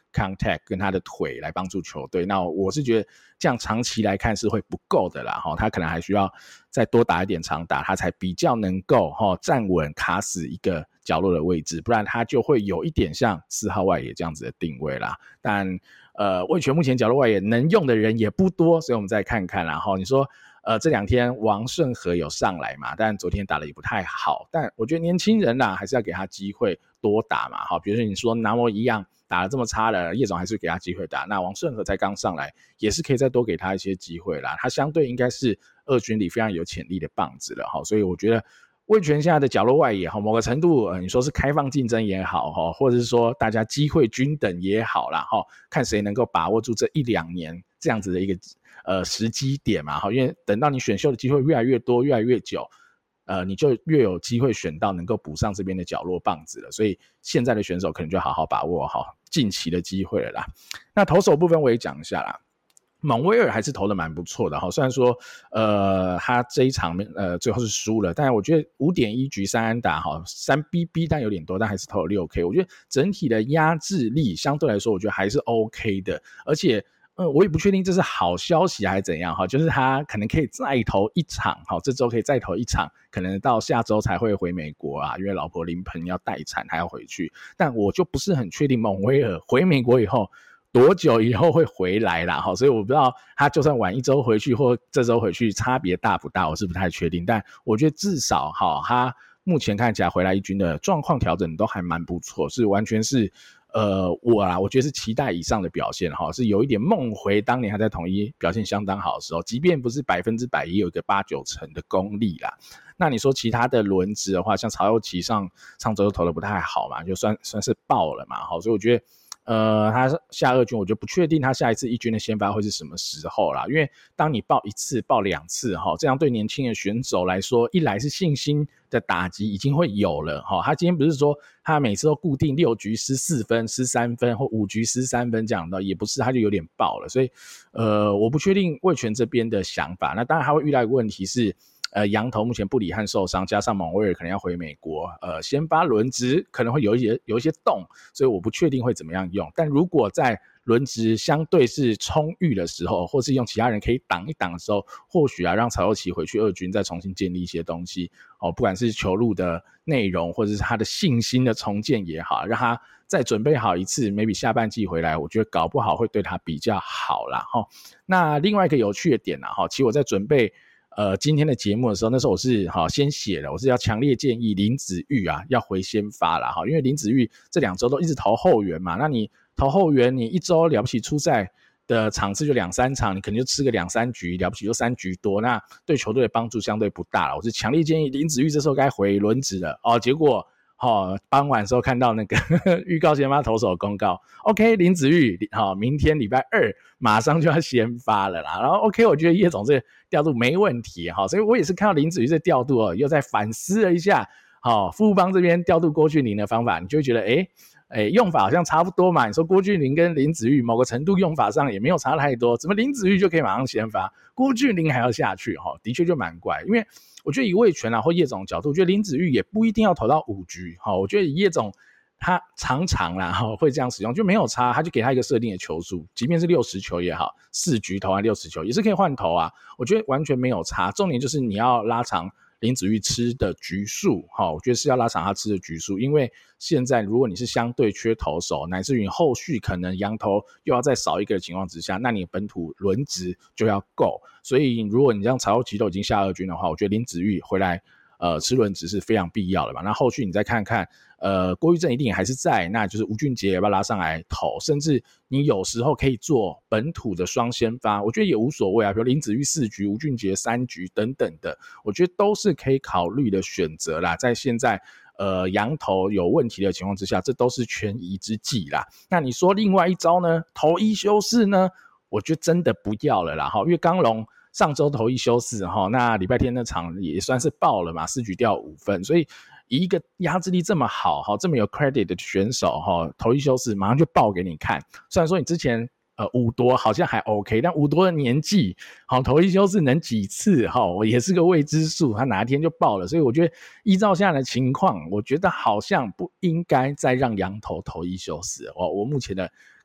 contact 跟他的腿来帮助球队。那我是觉得这样长期来看是会不够的啦，他可能还需要再多打一点长打，他才比较能够站稳卡死一个角落的位置，不然他就会有一点像四号外野这样子的定位啦。但呃，味全目前角落外野能用的人也不多，所以我们再看看啦。你说呃，这两天王顺和有上来嘛，但昨天打得也不太好，但我觉得年轻人啦还是要给他机会多打嘛。好，比如说你说南摩一样打得这么差了，叶总还是给他机会打，那王顺和才刚上来，也是可以再多给他一些机会啦。他相对应该是二军里非常有潜力的棒子了，所以我觉得味全现在的角落外野某个程度、呃、你说是开放竞争也好，或者是说大家机会均等也好啦，看谁能够把握住这一两年这样子的一个呃时机点嘛，因为等到你选秀的机会越来越多越来越久，呃，你就越有机会选到能够补上这边的角落棒子了，所以现在的选手可能就好好把握好近期的机会了啦。那投手部分我也讲一下啦，蒙威尔还是投的蛮不错的，虽然说呃他这一场呃最后是输了，但我觉得 五点一 局三安打 三 B B 但有点多，但还是投了 六 K， 我觉得整体的压制力相对来说我觉得还是 OK 的，而且呃，我也不确定这是好消息还是怎样，就是他可能可以再投一场，这周可以再投一场，可能到下周才会回美国啊，因为老婆临盆要待产还要回去，但我就不是很确定蒙威尔回美国以后多久以后会回来啦，所以我不知道他就算晚一周回去或这周回去差别大不大，我是不太确定，但我觉得至少他目前看起来回来一军的状况调整都还蛮不错，是完全是呃，我啦，我觉得是期待以上的表现哈，是有一点梦回当年他在统一表现相当好的时候，即便不是百分之百，也有一个八九成的功力啦。那你说其他的轮值的话，像曹佑齐上上周投的不太好嘛，就算算是爆了嘛，好，所以我觉得。呃，他下二军我就不确定他下一次一军的先发会是什么时候啦，因为当你报一次报两次这样对年轻的选手来说，一来是信心的打击已经会有了，他今天不是说他每次都固定六局失四分失三分或五局失三分这样的，也不是，他就有点爆了，所以呃，我不确定味全这边的想法。那当然他会遇到一个问题是呃，洋投目前布里汉受伤，加上蒙威尔可能要回美国，呃，先发轮值可能会有一些有一些动，所以我不确定会怎么样用。但如果在轮值相对是充裕的时候，或是用其他人可以挡一挡的时候，或许啊，让曹佑齐回去二军再重新建立一些东西，哦，不管是球路的内容，或者是他的信心的重建也好，让他再准备好一次 ，maybe 下半季回来，我觉得搞不好会对他比较好啦。齁，那另外一个有趣的点啊，其实我在准备。呃，今天的节目的时候，那时候我是好先写了，我是要强烈建议林子玉啊要回先发啦，因为林子玉这两周都一直投后援嘛，那你投后援，你一周了不起出赛的场次就两三场，你可能就吃个两三局，了不起就三局多，那对球队的帮助相对不大了。我是强烈建议林子玉这时候该回轮值了哦，结果。哦，傍晚的时候看到那个预告先发投手公告 ，OK， 林子玉，好、哦，明天礼拜二马上就要先发了啦。然后 OK， 我觉得叶总这个调度没问题哈、哦，所以我也是看到林子玉这调度哦，又在反思了一下，好、哦，富邦这边调度郭俊麟的方法，你就会觉得哎。哎，用法好像差不多嘛。你说郭俊麟跟林子玉某个程度用法上也没有差太多，怎么林子玉就可以马上先发，郭俊麟还要下去？哈，的确就蛮怪。因为我觉得以味全啊或叶总的角度，我觉得林子玉也不一定要投到五局。哈，我觉得以叶总他常常啦会这样使用，就没有差，他就给他一个设定的球数，即便是六十球也好，四局投完六十球也是可以换投啊。我觉得完全没有差，重点就是你要拉长。林子玉吃的局数，我觉得是要拉长他吃的局数，因为现在如果你是相对缺投手，乃至于后续可能洋投又要再少一个的情况之下，那你本土轮值就要够，所以如果你让曹佑齐都已经下二军的话，我觉得林子玉回来呃吃轮值是非常必要的吧。那后续你再看看呃郭玉正一定还是在，那就是吴俊杰要不要拉上来投，甚至你有时候可以做本土的双先发，我觉得也无所谓啊，比如林子玉四局，吴俊杰三局等等的，我觉得都是可以考虑的选择啦。在现在呃洋投有问题的情况之下，这都是权宜之计啦。那你说另外一招呢，投一休四呢，我觉得真的不要了啦，因为刚龙上周投一休四，那礼拜天那场也算是爆了嘛，四局掉五分，所以以一个压制力这么好，这么有 credit 的选手，投一休四马上就爆给你看。虽然说你之前呃五夺好像还 OK， 但五夺的年纪，好投一休四能几次，也是个未知数，他哪一天就爆了。所以我觉得依照现在的情况，我觉得好像不应该再让洋投投一休四。我目前的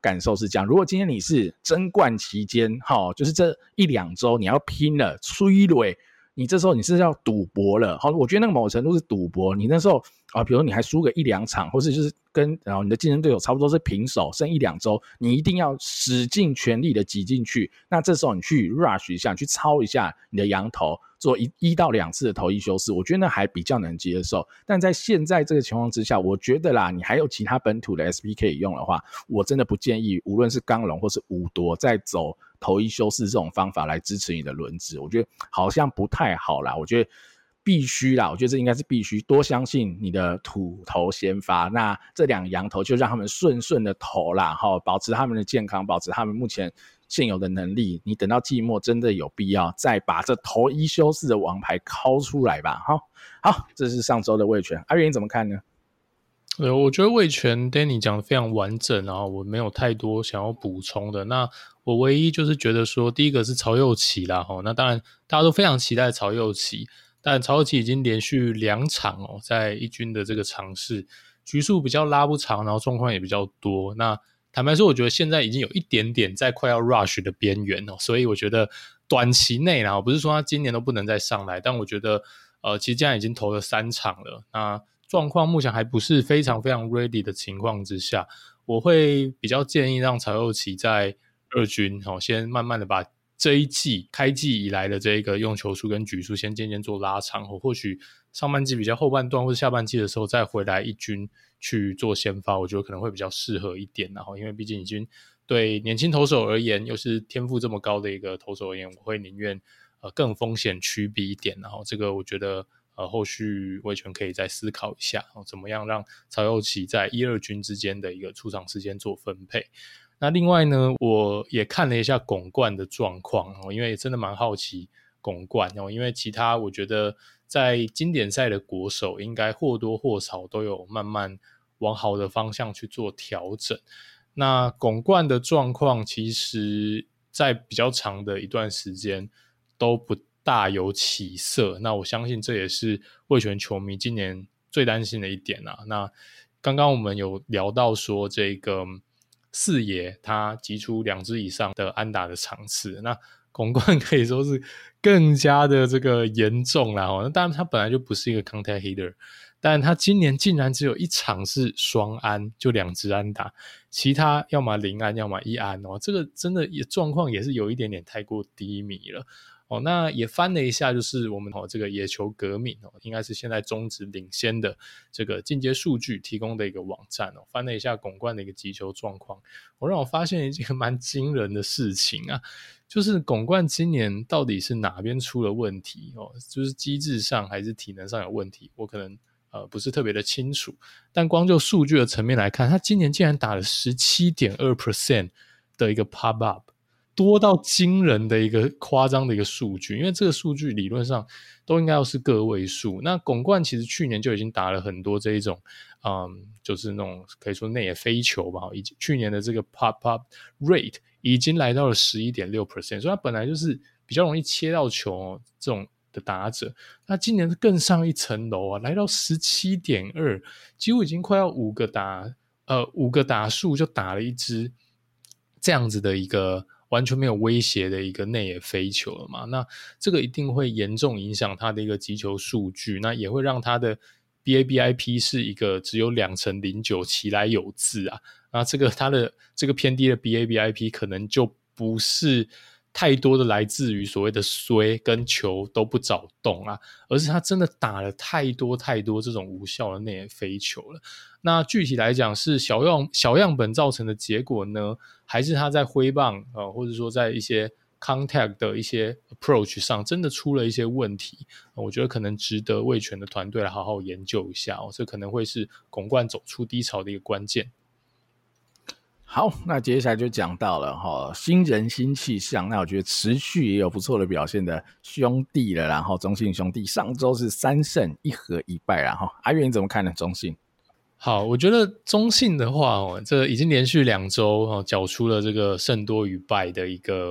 感受是这样。如果今天你是争冠期间，就是这一两周你要拼了催泪，你这时候你是要赌博了，我觉得那个某程度是赌博。你那时候啊，比如你还输个一两场，或是就是跟然后你的竞争对手差不多是平手，剩一两周，你一定要使尽全力的挤进去。那这时候你去 rush 一下，去抄一下你的羊头，做一一到两次的投一休四，我觉得那还比较能接受。但在现在这个情况之下，我觉得啦，你还有其他本土的 S P 可以用的话，我真的不建议，无论是刚龙或是五夺，再走投一休四这种方法来支持你的轮值，我觉得好像不太好啦。我觉得必须啦，我觉得这应该是必须多相信你的土投先发，那这两羊头就让他们顺顺的投啦，保持他们的健康，保持他们目前现有的能力，你等到季末真的有必要再把这投一休四的王牌敲出来吧。好，好，这是上周的味全，阿元你怎么看呢？ 对，我觉得味全 Danny 讲的非常完整，然后我没有太多想要补充的。那我唯一就是觉得说，第一个是曹祐齐啦，那当然大家都非常期待曹祐齐，但曹祐齐已经连续两场哦，在一军的这个尝试，局数比较拉不长，然后状况也比较多。那坦白说，我觉得现在已经有一点点在快要 rush 的边缘哦，所以我觉得短期内啦，不是说他今年都不能再上来，但我觉得呃，其实这样已经投了三场了，那状况目前还不是非常非常 ready 的情况之下，我会比较建议让曹祐齐在二军、哦、先慢慢的把这一季开季以来的这个用球数跟局数先渐渐做拉长，或许上半季比较后半段或者下半季的时候再回来一军去做先发，我觉得可能会比较适合一点，然后因为毕竟已经对年轻投手而言，又是天赋这么高的一个投手而言，我会宁愿呃更风险趋避一点，然后这个我觉得呃后续味全可以再思考一下、哦、怎么样让曹祐齐在一二军之间的一个出场时间做分配。那另外呢，我也看了一下拱冠的状况、哦、因为也真的蛮好奇拱冠、哦、因为其他我觉得在经典赛的国手应该或多或少都有慢慢往好的方向去做调整。那拱冠的状况其实在比较长的一段时间都不大有起色，那我相信这也是味全球迷今年最担心的一点啊。那刚刚我们有聊到说这个四爷他击出两支以上的安打的场次，那拱冠可以说是更加的这个严重啦。那当然他本来就不是一个 contact hitter， 但他今年竟然只有一场是双安，就两支安打，其他要么零安要么一安哦，这个真的也状况也是有一点点太过低迷了。哦，那也翻了一下，就是我们、哦、这个野球革命、哦、应该是现在中职领先的这个进阶数据提供的一个网站、哦、翻了一下拱冠的一个击球状况，我让我发现一件蛮惊人的事情啊，就是拱冠今年到底是哪边出了问题、哦、就是机制上还是体能上有问题，我可能呃不是特别的清楚，但光就数据的层面来看，他今年竟然打了 百分之十七点二 的一个 pop up，多到惊人的一个夸张的一个数据，因为这个数据理论上都应该要是个位数。那拱冠其实去年就已经打了很多这一种嗯，就是那种可以说内野飞球吧，以及去年的这个 pop up rate 已经来到了 百分之十一点六， 所以它本来就是比较容易切到球、哦、这种的打者，那今年更上一层楼啊，来到 百分之十七点二， 几乎已经快要五个打呃五个打数就打了一支这样子的一个完全没有威胁的一个内野飞球了嘛，那这个一定会严重影响他的一个击球数据，那也会让他的 B A B I P 是一个只有两成零九其来有自啊，那这个他的这个偏低的 B A B I P 可能就不是太多的来自于所谓的衰跟球都不找动啊，而是他真的打了太多太多这种无效的内野飞球了。那具体来讲是小样小样本造成的结果呢，还是他在挥棒、呃、或者说在一些 contact 的一些 approach 上真的出了一些问题、呃、我觉得可能值得味全的团队来好好研究一下、哦、这可能会是拱冠走出低潮的一个关键。 好，那接下来就讲到了、哦、新人新气象，那我觉得持续也有不错的表现的兄弟了啦，然后中信兄弟上周是三胜一和一败啦，然后阿元你怎么看呢？中信好，我觉得中信的话、哦、这已经连续两周、哦、缴出了这个胜多于败的一个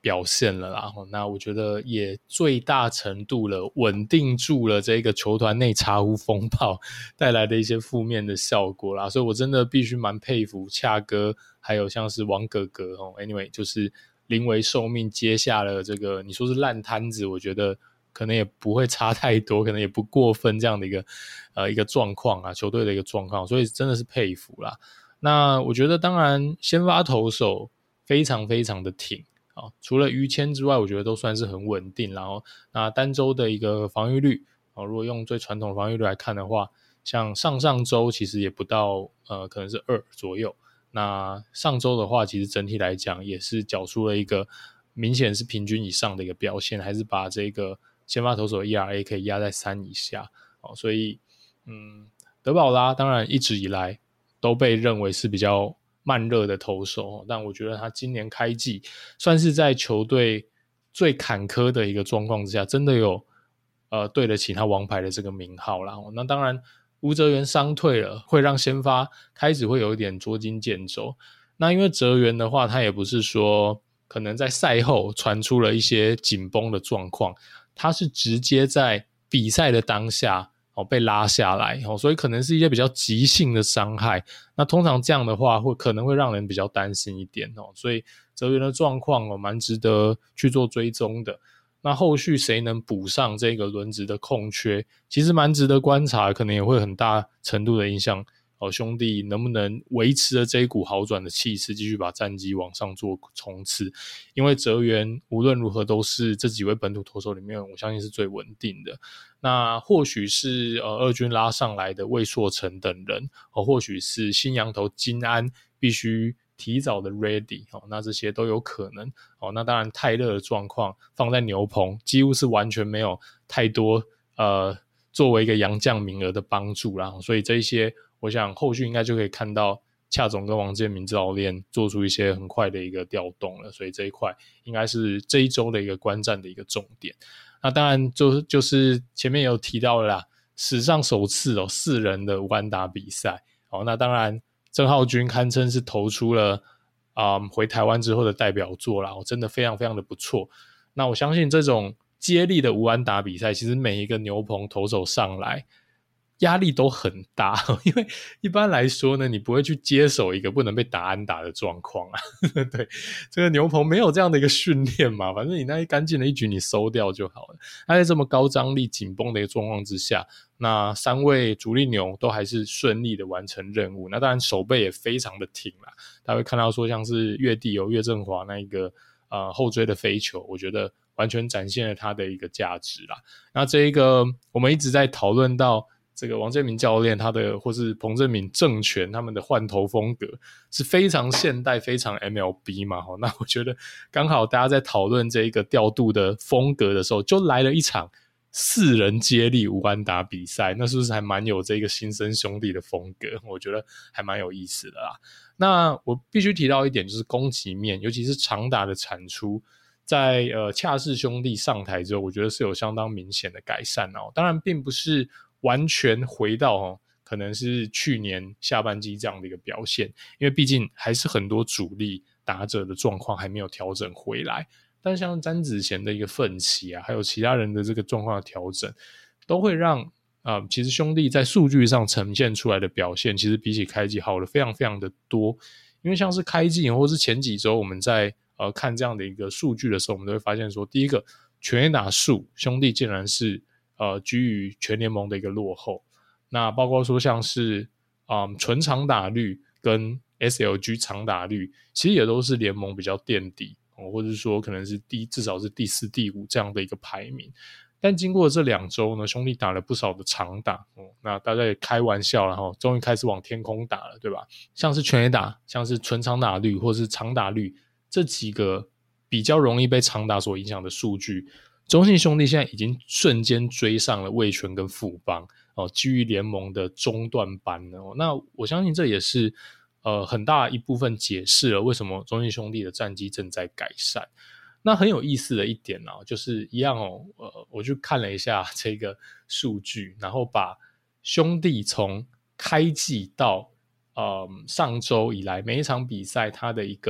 表现了啦。那我觉得也最大程度了稳定住了这个球团内茶壶风暴带来的一些负面的效果啦。所以我真的必须蛮佩服恰哥，还有像是王哥哥。Anyway， 就是临危受命接下了这个，你说是烂摊子，我觉得可能也不会差太多，可能也不过分这样的一个呃一个状况啊，球队的一个状况，所以真的是佩服啦。那我觉得当然先发投手非常非常的挺啊，除了于谦之外，我觉得都算是很稳定。然后那单周的一个防御率啊，如果用最传统的防御率来看的话，像上上周其实也不到呃可能是二左右。那上周的话，其实整体来讲也是缴出了一个明显是平均以上的一个表现，还是把这个先发投手的 E R A 可以压在三以下。哦，所以嗯，德保拉当然一直以来都被认为是比较慢热的投手，但我觉得他今年开季算是在球队最坎坷的一个状况之下，真的有呃对得起他王牌的这个名号啦。那当然吴哲源伤退了，会让先发开始会有一点捉襟见肘。那因为哲源的话，他也不是说可能在赛后传出了一些紧绷的状况，他是直接在比赛的当下哦被拉下来哦，所以可能是一些比较急性的伤害。那通常这样的话会可能会让人比较担心一点哦，所以哲源的状况哦蛮值得去做追踪的。那后续谁能补上这个轮值的空缺，其实蛮值得观察，可能也会很大程度的影响哦兄弟能不能维持了这一股好转的气势，继续把战绩往上做冲刺。因为哲源无论如何都是这几位本土投手里面，我相信是最稳定的。那或许是呃二军拉上来的魏硕成等人，哦，或许是新洋投金安必须提早的 ready，哦，那这些都有可能。哦，那当然太热的状况放在牛棚几乎是完全没有太多呃作为一个洋将名额的帮助啦，所以这一些我想后续应该就可以看到恰总跟王建民教练做出一些很快的一个调动了，所以这一块应该是这一周的一个观战的一个重点。那当然就就是前面有提到了啦，史上首次哦四人的无安打比赛。哦，那当然郑浩均堪称是投出了嗯回台湾之后的代表作啦，真的非常非常的不错。那我相信这种接力的无安打比赛，其实每一个牛棚投手上来压力都很大，因为一般来说呢，你不会去接手一个不能被打安打的状况啊。对，这个牛棚没有这样的一个训练嘛，反正你那一干净的一局你收掉就好了。那在这么高张力紧绷的一个状况之下，那三位主力牛都还是顺利的完成任务。那当然手背也非常的挺啦，大家会看到说像是岳地有岳振华那一个呃后追的飞球，我觉得完全展现了他的一个价值啦。那这一个我们一直在讨论到这个王建民教练他的或是彭政閔政权他们的换投风格是非常现代非常 M L B 嘛，那我觉得刚好大家在讨论这一个调度的风格的时候，就来了一场四人接力无安打比赛，那是不是还蛮有这个新生兄弟的风格？我觉得还蛮有意思的啦。那我必须提到一点，就是攻击面，尤其是长打的产出，在呃恰氏兄弟上台之后，我觉得是有相当明显的改善哦。当然并不是完全回到哦，可能是去年下半季这样的一个表现，因为毕竟还是很多主力打者的状况还没有调整回来。但像詹子贤的一个奋起啊，还有其他人的这个状况的调整，都会让啊、呃，其实兄弟在数据上呈现出来的表现，其实比起开季好了非常非常的多。因为像是开季或是前几周我们在呃看这样的一个数据的时候，我们都会发现说，第一个全垒打数兄弟竟然是呃居于全联盟的一个落后。那包括说像是啊、呃、纯长打率跟 S L G 长打率，其实也都是联盟比较垫底。哦、或者说可能是第至少是第四第五这样的一个排名。但经过这两周呢，兄弟打了不少的长打、哦、那大家也开玩笑了、哦、终于开始往天空打了，对吧？像是全垒打，像是纯长打率或是长打率，这几个比较容易被长打所影响的数据，中信兄弟现在已经瞬间追上了味全跟富邦哦，基于联盟的中段班了、哦、那我相信这也是呃很大一部分解释了为什么中信兄弟的战绩正在改善。那很有意思的一点啊，就是一样哦，呃，我去看了一下这个数据，然后把兄弟从开季到呃上周以来每一场比赛它的一个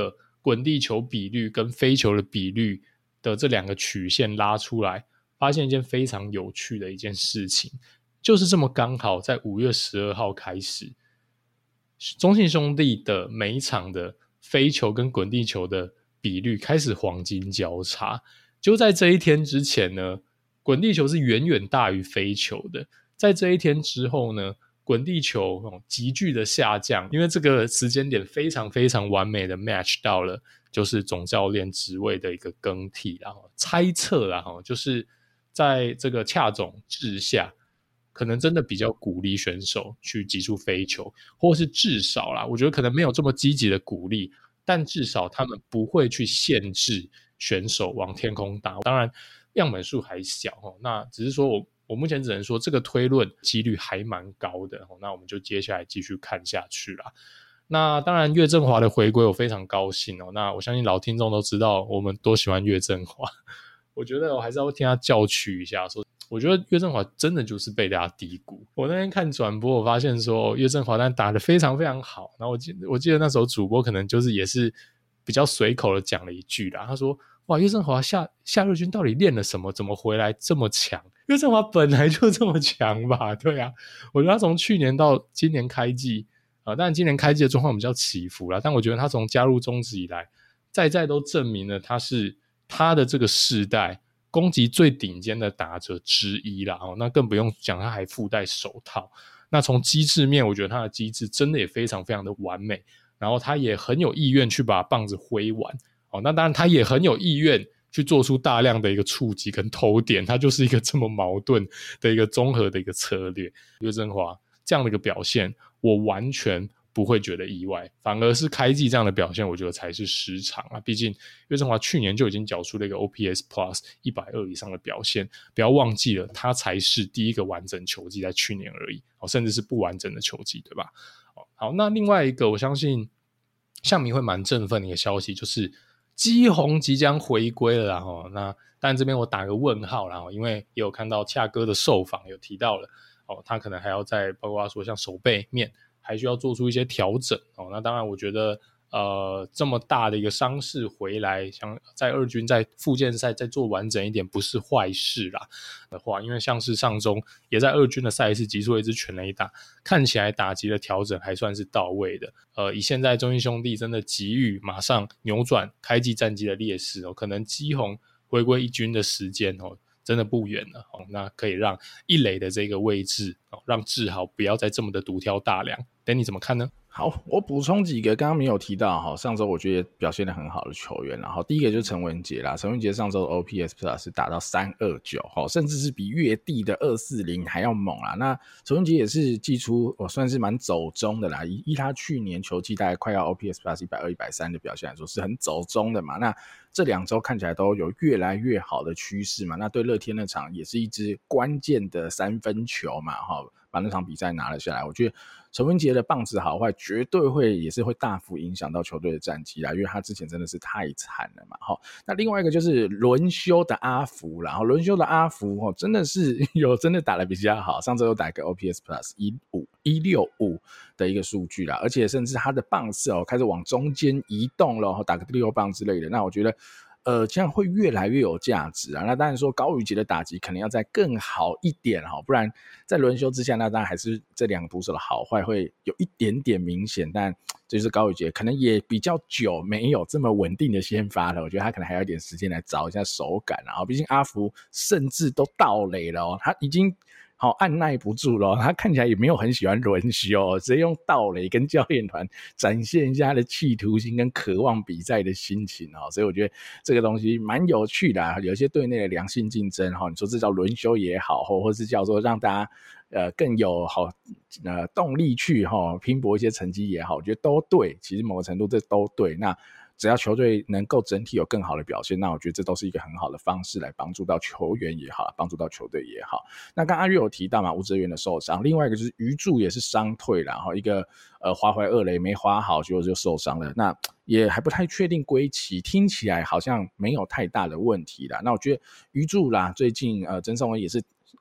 滚地球比率跟飞球的比率的这两个曲线拉出来，发现一件非常有趣的一件事情，就是这么刚好在五月十二号开始，中信兄弟的每一场的飞球跟滚地球的比率开始黄金交叉。就在这一天之前呢，滚地球是远远大于飞球的，在这一天之后呢，滚地球、哦、急剧的下降，因为这个时间点非常非常完美的 match 到了就是总教练职位的一个更替，然后猜测啦，就是在这个恰总治下，可能真的比较鼓励选手去击出飞球，或是至少啦，我觉得可能没有这么积极的鼓励，但至少他们不会去限制选手往天空打。当然样本数还小，那只是说我我目前只能说这个推论几率还蛮高的，那我们就接下来继续看下去啦。那当然岳振华的回归我非常高兴哦，那我相信老听众都知道我们多喜欢岳振华，我觉得我还是要听他教取一下，说我觉得岳振华真的就是被大家低估。我那天看转播，我发现说岳振华但打得非常非常好，然后我记我记得那时候主播可能就是也是比较随口的讲了一句啦，他说哇，岳振华下夏日军到底练了什么，怎么回来这么强？岳振华本来就这么强吧，对啊，我觉得他从去年到今年开季呃，当然今年开季的状况比较起伏啦，但我觉得他从加入中职以来再再都证明了他是他的这个世代攻击最顶尖的打者之一啦、哦、那更不用讲他还附带手套。那从机制面我觉得他的机制真的也非常非常的完美，然后他也很有意愿去把棒子挥完、哦、那当然他也很有意愿去做出大量的一个触击跟投点，他就是一个这么矛盾的一个综合的一个策略。岳振华这样的一个表现我完全不会觉得意外，反而是开季这样的表现我觉得才是失常啊。毕竟岳振华去年就已经缴出了一个 O P S Plus 一百二十以上的表现，不要忘记了他才是第一个完整球季在去年而已、哦、甚至是不完整的球季，对吧、哦、好，那另外一个我相信象迷会蛮振奋的一个消息就是基宏即将回归了啦、哦、那但这边我打个问号啦、哦、因为也有看到恰哥的受访有提到了、哦、他可能还要在包括说像手背面还需要做出一些调整、哦、那当然我觉得呃这么大的一个伤势回来，像在二军在复健赛再做完整一点不是坏事啦的话，因为像是上中也在二军的赛事击出了一支全垒打，看起来打击的调整还算是到位的。呃，以现在中信兄弟真的急于马上扭转开季战绩的劣势、哦、可能基宏回归一军的时间、哦、真的不远了、哦、那可以让一垒的这个位置、哦、让志豪不要再这么的独挑大梁。Danny 怎么看呢？ 好，我补充几个刚刚没有提到，上周我觉得表现得很好的球员，然后第一个就是陈文杰啦，陈文杰上周的 O P S Plus 是打到三二九，甚至是比月地的二四零还要猛啦。那陈文杰也是季初我算是蛮走中的啦，依他去年球季大概快要 O P S Plus 一百二、一百三的表现来说是很走中的嘛，那这两周看起来都有越来越好的趋势嘛，那对乐天那场也是一支关键的三分球嘛，把那场比赛拿了下来，我觉得陈文杰的棒子好坏绝对会也是会大幅影响到球队的战绩啦，因为他之前真的是太惨了嘛。那另外一个就是轮休的阿福啦，轮休的阿福真的是有真的打得比较好，上周有打一个 O P S Plus 一五一六五的一个数据啦，而且甚至他的棒次哦开始往中间移动了，打个第六棒之类的，那我觉得呃，这样会越来越有价值啊。那当然说高宇杰的打击可能要再更好一点，不然在轮休之下，那当然还是这两个捕手的好坏会有一点点明显，但这就是高宇杰可能也比较久没有这么稳定的先发了，我觉得他可能还有一点时间来找一下手感，然后毕竟阿福甚至都盗垒了哦，他已经好按耐不住了，他看起来也没有很喜欢轮休，直接用盗垒跟教练团展现一下他的企图心跟渴望比赛的心情，所以我觉得这个东西蛮有趣的，有些队内的良性竞争，你说这叫轮休也好，或是叫做让大家呃更有好呃动力去拼搏一些成绩也好，我觉得都对，其实某个程度这都对，那只要球队能够整体有更好的表现，那我觉得这都是一个很好的方式来帮助到球员也好，帮助到球队也好。那刚刚阿月有提到嘛，吴哲源的受伤，另外一个就是余柱也是伤退啦，一个呃滑回二垒没滑好，结果就受伤了，那也还不太确定归期，听起来好像没有太大的问题啦。那我觉得余柱啦，最近呃曾颂文也是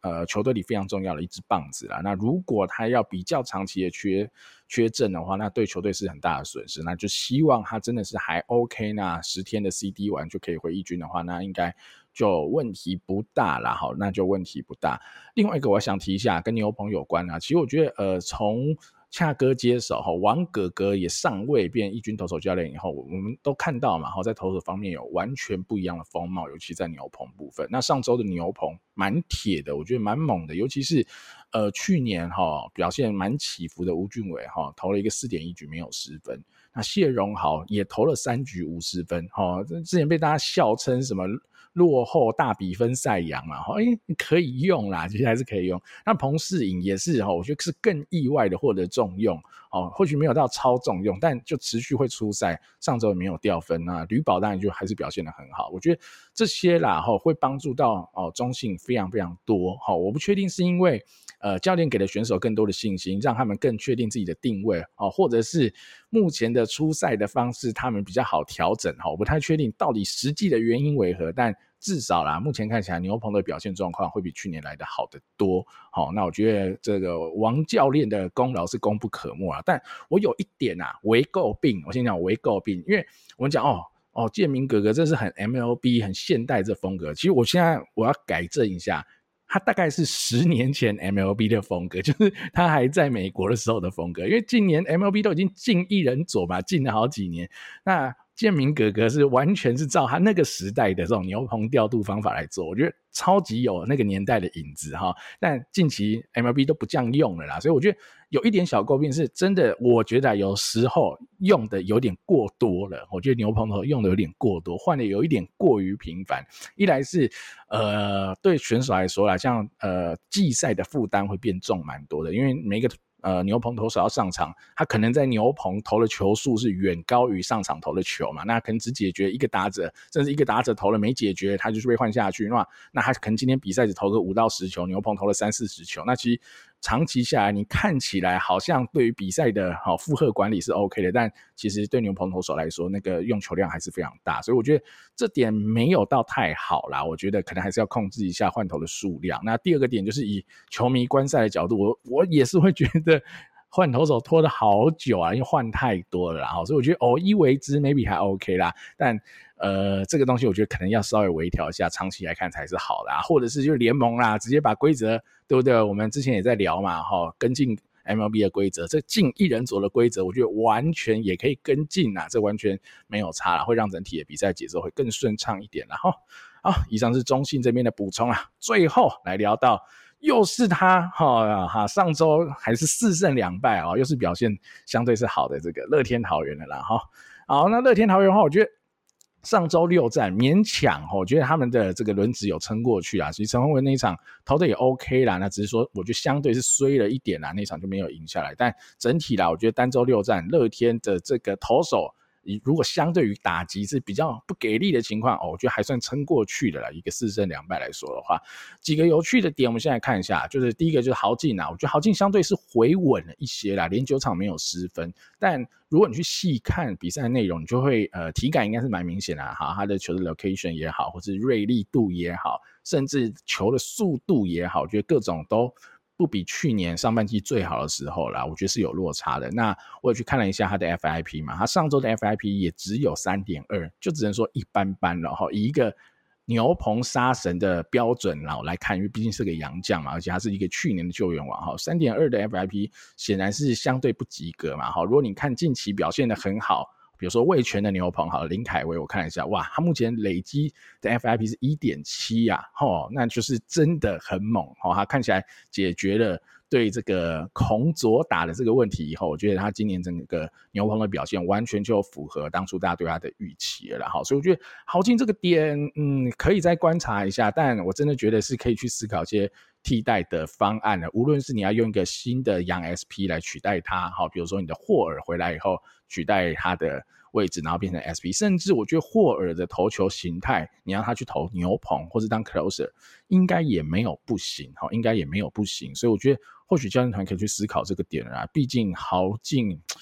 呃球队里非常重要的一支棒子啦。那如果他要比较长期的缺缺阵的话，那对球队是很大的损失。那就希望他真的是还 OK， 那十天的 C D 完就可以回一军的话，那应该就问题不大啦。好，那就问题不大。另外一个我想提一下，跟牛棚有关啊。其实我觉得，呃，从恰哥接手后，王哥哥也上位变一军投手教练以后，我们都看到嘛，在投手方面有完全不一样的风貌，尤其在牛棚部分。那上周的牛棚蛮铁的，我觉得蛮猛的，尤其是呃去年哈表现蛮起伏的吴俊伟哈投了一个 四点一 局没有失分，那谢荣豪也投了三局无失分哈，之前被大家笑称什么落后大比分赛扬嘛，哎，可以用啦，其实还是可以用。那彭世颖也是，我觉得是更意外的获得重用，或许没有到超重用，但就持续会出赛，上周也没有掉分啊。吕宝当然就还是表现得很好，我觉得这些啦会帮助到中信非常非常多。我不确定是因为呃教练给了选手更多的信心，让他们更确定自己的定位，或者是目前的出赛的方式他们比较好调整，我不太确定到底实际的原因为何，但至少啦，目前看起来牛棚的表现状况会比去年来的好得多。好，那我觉得这个王教练的功劳是功不可没啊。但我有一点啊为诟病，我先讲为诟病，因为我们讲哦哦建明哥哥这是很 M L B 很现代这风格，其实我现在我要改正一下。他大概是十年前 M L B 的风格，就是他还在美国的时候的风格，因为近年 M L B 都已经进一人左吧，进了好几年。那建明哥哥是完全是照他那个时代的这种牛棚调度方法来做，我觉得超级有那个年代的影子哈。但近期 M L B 都不这样用了啦，所以我觉得有一点小诟病是真的，我觉得有时候用的有点过多了，我觉得牛棚头用的有点过多，换的有一点过于频繁。一来是呃对选手来说啦，像呃季赛的负担会变重蛮多的，因为每一个呃，牛棚投手要上场，他可能在牛棚投的球数是远高于上场投的球嘛，那可能只解决一个打者，甚至一个打者投了没解决，他就是被换下去，那那他可能今天比赛只投个五到十球，牛棚投了三四十球，那其实长期下来，你看起来好像对于比赛的好负荷管理是 OK 的，但其实对牛棚投手来说，那个用球量还是非常大，所以我觉得这点没有到太好啦，我觉得可能还是要控制一下换投的数量。那第二个点就是以球迷观赛的角度，我我也是会觉得换投手拖了好久啊，因为换太多了啦，所以我觉得偶一为之 maybe 还 OK 啦，但呃这个东西我觉得可能要稍微微调一下，长期来看才是好的啊，或者是就联盟啦，直接把规则对不对？我们之前也在聊嘛，齁，跟进 M L B 的规则，这进一人左的规则，我觉得完全也可以跟进啦，这完全没有差啦，会让整体的比赛节奏会更顺畅一点啦。齁，好，以上是中信这边的补充啊，最后来聊到。又是他哈哈，上周还是四胜两败哦，又是表现相对是好的这个乐天桃园的啦哈。好，那乐天桃园的话，我觉得上周六战勉强，我觉得他们的这个轮值有撑过去啊。其实陈宏文那一场投的也 OK 啦，那只是说我觉得相对是衰了一点啦，那场就没有赢下来。但整体啦，我觉得单周六战乐天的这个投手。如果相对于打击是比较不给力的情况，哦，我觉得还算撑过去的啦。一个四胜两败来说的话，几个有趣的点，我们现在看一下，就是第一个就是豪进啊，我觉得豪进相对是回稳了一些啦，连九场没有失分。但如果你去细看比赛内容，你就会呃体感应该是蛮明显的哈，他的球的 location 也好，或是锐利度也好，甚至球的速度也好，我觉得各种都。不比去年上半季最好的时候啦，我觉得是有落差的。那我也去看了一下他的 F I P 嘛，他上周的 F I P 也只有 三点二， 就只能说一般般了齁。以一个牛棚杀神的标准来看，因为毕竟是个洋将嘛，而且他是一个去年的救援王齁 ，三点二 的 F I P 显然是相对不及格嘛齁。如果你看近期表现得很好。比如说味全的牛棚好，林凯威我看了一下，哇，他目前累积的 F I P 是 一点七 啊，齁，那就是真的很猛齁，他看起来解决了对这个孔左打的这个问题以后，我觉得他今年整个牛棚的表现完全就符合当初大家对他的预期了啦，齁，所以我觉得豪进这个点，嗯，可以再观察一下，但我真的觉得是可以去思考一些替代的方案了，无论是你要用一个新的洋 S P 来取代他，好，比如说你的霍尔回来以后取代他的位置，然后变成 S P， 甚至我觉得霍尔的投球形态，你让他去投牛棚或是当 closer， 应该也没有不行，应该也没有不行，所以我觉得或许教练团可以去思考这个点啦，毕竟豪进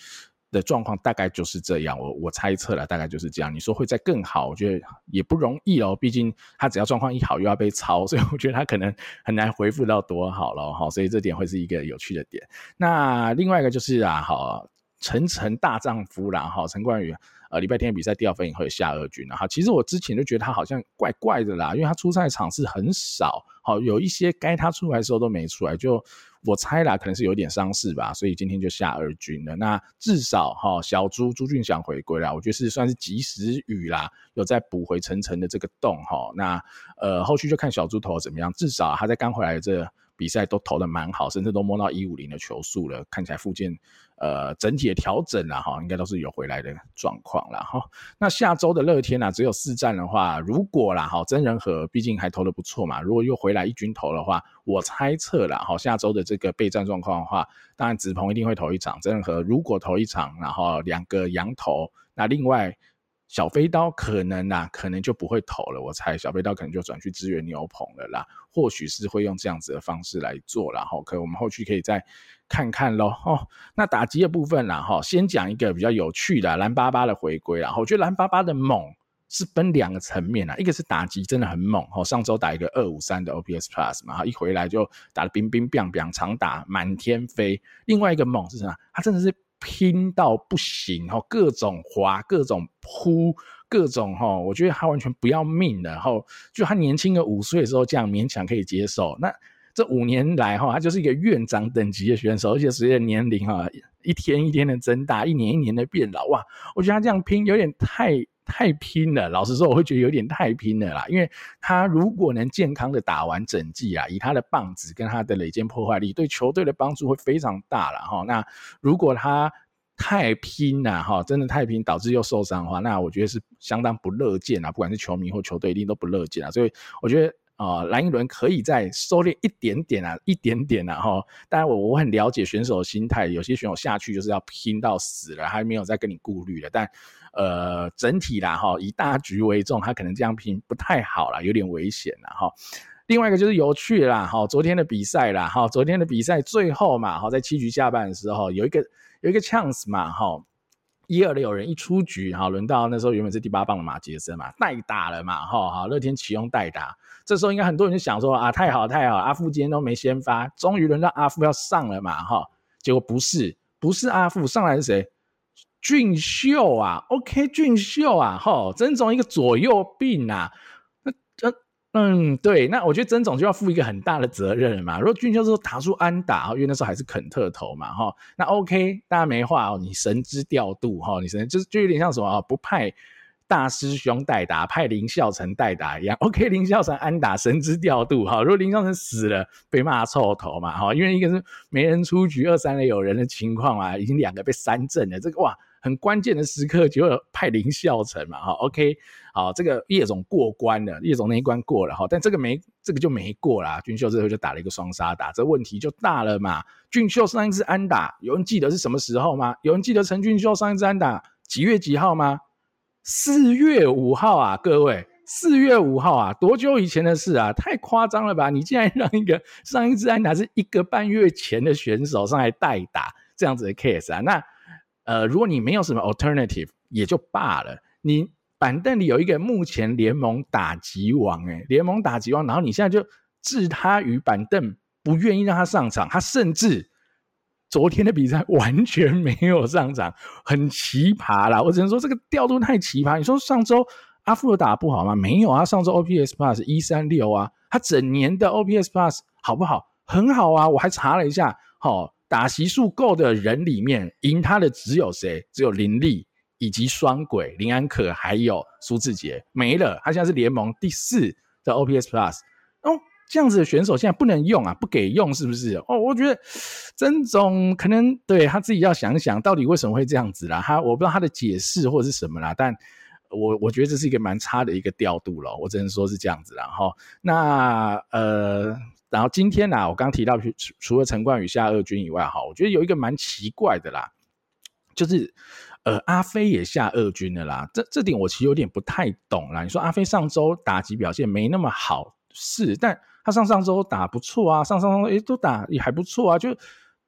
的状况大概就是这样，我我猜测了，大概就是这样。你说会再更好，我觉得也不容易哦，毕竟他只要状况一好又要被抄，所以我觉得他可能很难恢复到多好了哈，所以这点会是一个有趣的点。那另外一个就是啊，好，陈诚大丈夫啦，哈，陈冠宇。呃，礼拜天比赛掉分以后下二军了哈。其实我之前就觉得他好像怪怪的啦，因为他出赛场次很少，好有一些该他出来的时候都没出来，就我猜啦，可能是有点伤势吧，所以今天就下二军了。那至少哈，小朱朱俊祥回归啦，我觉得是算是及时雨啦，有再补回陈诚的这个洞哈。那呃后续就看小朱投怎么样，至少他在刚回来的这比赛都投得蛮好，甚至都摸到一五零的球速了，看起来复健呃整体的调整啦哈，应该都是有回来的状况啦哈。那下周的乐天啊，只有四战的话，如果啦哈，曾仁和毕竟还投得不错嘛，如果又回来一军投的话，我猜测啦哈，下周的这个备战状况的话，当然子鹏一定会投一场，曾仁和如果投一场，然后两个洋投，那另外小飞刀可能啦，可能就不会投了。我猜小飞刀可能就转去支援牛棚了啦，或许是会用这样子的方式来做啦。可我们后续可以再看看咯。哦，那打击的部分啦，先讲一个比较有趣的蓝巴巴的回归啦。我觉得蓝巴巴的猛是分两个层面啦，一个是打击真的很猛，上周打一个二五三的 O P S Plus 嘛，一回来就打得冰冰冰冰，长打满天飞。另外一个猛是什么？他真的是拼到不行，各种滑各种扑各种，我觉得他完全不要命了，就他年轻的五岁的时候这样勉强可以接受，那这五年来他就是一个院长等级的选手，而且随着年龄一天一天的增大，一年一年的变老，哇，我觉得他这样拼有点太太拼了，老实说我会觉得有点太拼了啦，因为他如果能健康的打完整季啦，以他的棒子跟他的垒间破坏力，对球队的帮助会非常大啦。那如果他太拼啦，真的太拼导致又受伤的话，那我觉得是相当不乐见啦，不管是球迷或球队一定都不乐见啦，所以我觉得呃，蓝寅伦可以再收敛一点点啊，一点点啊齁。当然我我很了解选手的心态，有些选手下去就是要拼到死了，还没有再跟你顾虑了。但呃，整体啦齁，以大局为重，他可能这样拼不太好啦，有点危险啦齁。另外一个就是有趣啦齁，昨天的比赛啦齁，昨天的比赛最后嘛齁，在七局下半的时候有一个有一个 chance 嘛齁。一二的有人一出局，好，轮到那时候原本是第八棒的马杰森嘛，代打了嘛，好，乐天启用代打，这时候应该很多人就想说啊，太好太好，阿富今天都没先发，终于轮到阿富要上了嘛，哈，结果不是，不是阿富上来是谁？俊秀啊 ，OK， 俊秀啊，哈，曾总一个左右并啊，那呃。嗯，对，那我觉得曾总就要负一个很大的责任了嘛。如果俊秀说打出安打，因为那时候还是肯特投嘛，哈，那 OK， 大家没话哦，你神之调度哈，你神就就有点像什么啊，不派大师兄代打，派林孝成代打一样。OK， 林孝成安打神之调度哈，如果林孝成死了，被骂臭头嘛，哈，因为一个是没人出局，二三垒有人的情况啊，已经两个被三振了，这个哇。很关键的时刻就派林孝成嘛，哈 ，OK， 好，这个叶总过关了，叶总那一关过了哈，但这个没，这个就没过啦。俊秀这回就打了一个双杀打，这问题就大了嘛。俊秀上一次安打，有人记得是什么时候吗？有人记得陈俊秀上一次安打几月几号吗？四月五号啊，各位，四月五号啊，多久以前的事啊？太夸张了吧！你竟然让一个上一次安打是一个半月前的选手上来代打这样子的 case 啊，那。呃，如果你没有什么 alternative 也就罢了，你板凳里有一个目前联盟打击王，欸，联盟打击王，然后你现在就置他于板凳，不愿意让他上场，他甚至昨天的比赛完全没有上场，很奇葩啦，我只能说这个调度太奇葩。你说上周阿富尔打不好吗？没有啊，上周 O P S Plus 一三六啊，他整年的 O P S Plus 好不好？很好啊，我还查了一下，齁。打席数够的人里面，赢他的只有谁？只有林立以及双轨林安可还有苏智杰，没了。他现在是联盟第四的 O P S Plus。哦，这样子的选手现在不能用啊，不给用是不是？哦，我觉得曾总可能对他自己要想想，到底为什么会这样子啦？他我不知道他的解释或者是什么啦，但我我觉得这是一个蛮差的一个调度了，我只能说是这样子啦。哈，那呃。然后今天啦，我刚刚提到除了陈冠宇下二军以外，我觉得有一个蛮奇怪的啦，就是呃阿飞也下二军了啦，这这点我其实有点不太懂啦。你说阿飞上周打击表现没那么好是，但他上上周打不错啊，上上周诶都打也还不错啊，就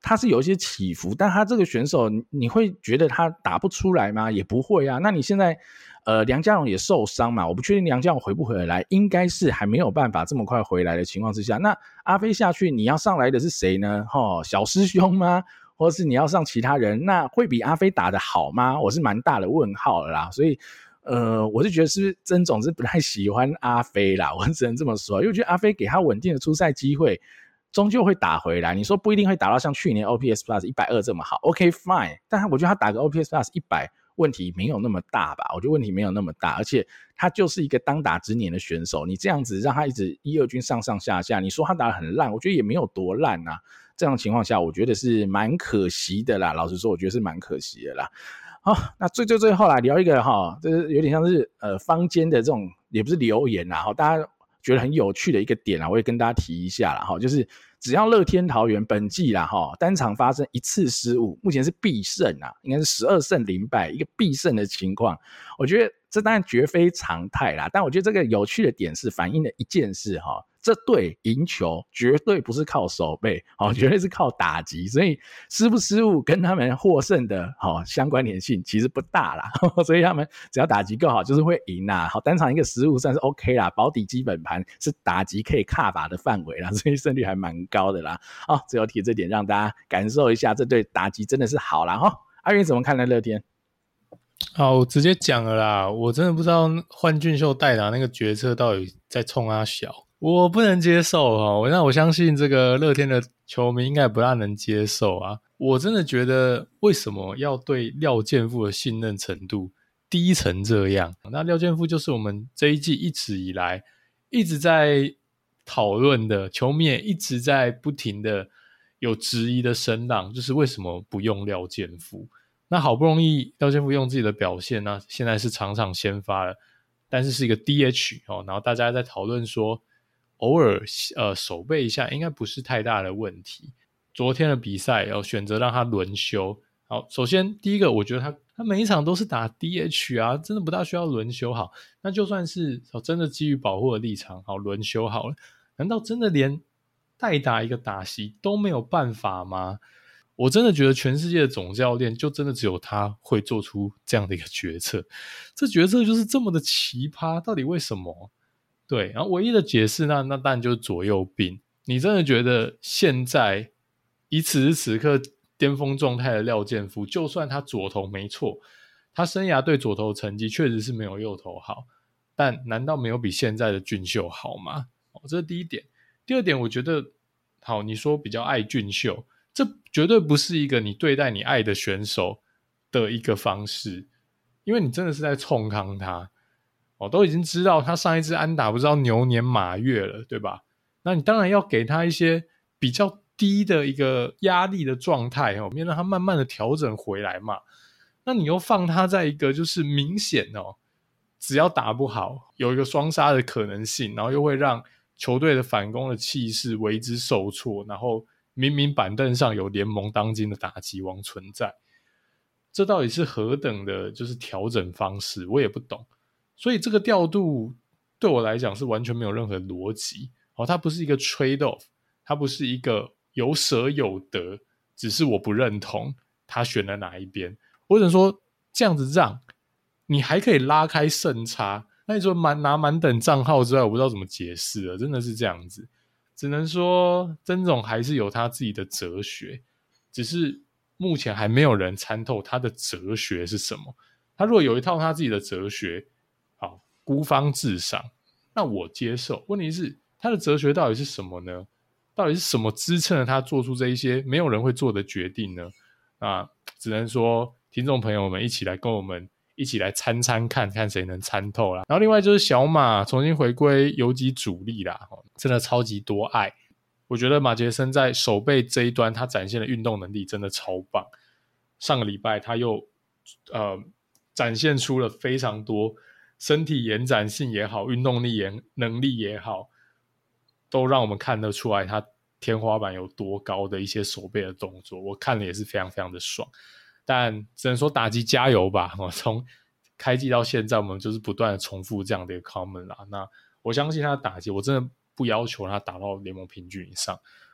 他是有一些起伏，但他这个选手你会觉得他打不出来吗？也不会啊。那你现在呃梁家荣也受伤嘛，我不确定梁家荣回不回来，应该是还没有办法这么快回来的情况之下，那阿飞下去你要上来的是谁呢？齁，小师兄吗？或是你要上其他人，那会比阿飞打得好吗？我是蛮大的问号了啦。所以呃，我是觉得是不是曾总是不太喜欢阿飞啦，我只能这么说，因为我觉得阿飞给他稳定的出赛机会，终究会打回来。你说不一定会打到像去年 O P S Plus 一百二十 这么好 ，OK fine， 但我觉得他打个 O P S Plus 一百问题没有那么大吧？我觉得问题没有那么大，而且他就是一个当打之年的选手，你这样子让他一直一二军上上下下，你说他打得很烂，我觉得也没有多烂啊。这样的情况下，我觉得是蛮可惜的啦。老实说，我觉得是蛮可惜的啦。好，那最最最后来聊一个哈，这有点像是呃坊间的这种，也不是留言啦，哈，大家觉得很有趣的一个点啦，我也跟大家提一下啦，哈，就是只要乐天桃园本季啦，哈，单场发生一次失误，目前是必胜啊，应该是十二胜零败，一个必胜的情况，我觉得这当然绝非常态啦，但我觉得这个有趣的点是反映了一件事哈。这队赢球绝对不是靠守备，哦，绝对是靠打击，所以失不失误跟他们获胜的、哦、相关联性其实不大啦，所以他们只要打击够好就是会赢啦。好，单场一个失误算是 OK 啦，保底基本盘是打击可以卡把的范围啦，所以胜率还蛮高的啦。哦，最后提这点让大家感受一下，这队打击真的是好啦。哦，阿元怎么看呢？乐天？ 好，我直接讲了啦，我真的不知道换俊秀代打那个决策到底在冲他小。我不能接受齁，那我相信这个乐天的球迷应该不大能接受啊。我真的觉得为什么要对廖健富的信任程度低成这样？那廖健富就是我们这一季一直以来一直在讨论的，球迷也一直在不停的有质疑的声浪，就是为什么不用廖健富？那好不容易廖健富用自己的表现，那现在是场场先发了，但是是一个 D H 哦，然后大家在讨论说偶尔呃守备一下应该不是太大的问题。昨天的比赛要选择让他轮休，好，首先第一个我觉得他他每一场都是打 D H 啊，真的不大需要轮休。好，那就算是真的基于保护的立场，好轮休好了，难道真的连代打一个打席都没有办法吗？我真的觉得全世界的总教练就真的只有他会做出这样的一个决策，这决策就是这么的奇葩，到底为什么？对，然后唯一的解释那那当然就是左右并。你真的觉得现在以此时此刻巅峰状态的廖健富，就算他左投没错，他生涯对左投成绩确实是没有右投好，但难道没有比现在的俊秀好吗？哦，这是第一点。第二点，我觉得好，你说比较爱俊秀，这绝对不是一个你对待你爱的选手的一个方式，因为你真的是在冲康他。哦，都已经知道他上一支安打不知道牛年马月了，对吧？那你当然要给他一些比较低的一个压力的状态，哦，免得他慢慢的调整回来嘛。那你又放他在一个就是明显哦，只要打不好，有一个双杀的可能性，然后又会让球队的反攻的气势为之受挫，然后明明板凳上有联盟当今的打击王存在，这到底是何等的就是调整方式，我也不懂。所以这个调度对我来讲是完全没有任何逻辑，哦，它不是一个 trade off， 它不是一个有舍有得，只是我不认同他选了哪一边。或者说这样子让你还可以拉开胜差，那你说满拿满等账号之外，我不知道怎么解释了，真的是这样子。只能说曾总还是有他自己的哲学，只是目前还没有人参透他的哲学是什么。他如果有一套他自己的哲学，好，孤芳自赏，那我接受。问题是他的哲学到底是什么呢？到底是什么支撑了他做出这一些没有人会做的决定呢？那只能说听众朋友们一起来跟我们一起来参参看看谁能参透啦。然后另外就是小马重新回归游击主力啦，真的超级多爱。我觉得马杰森在守备这一端他展现的运动能力真的超棒。上个礼拜他又呃展现出了非常多身体延展性也好，运动力也能力也好，都让我们看得出来他天花板有多高的一些守备的动作，我看了也是非常非常的爽。但只能说打击加油吧，从开季到现在我们就是不断的重复这样的一个 comment 啦。那我相信他的打击，我真的不要求他打到联盟平均以上，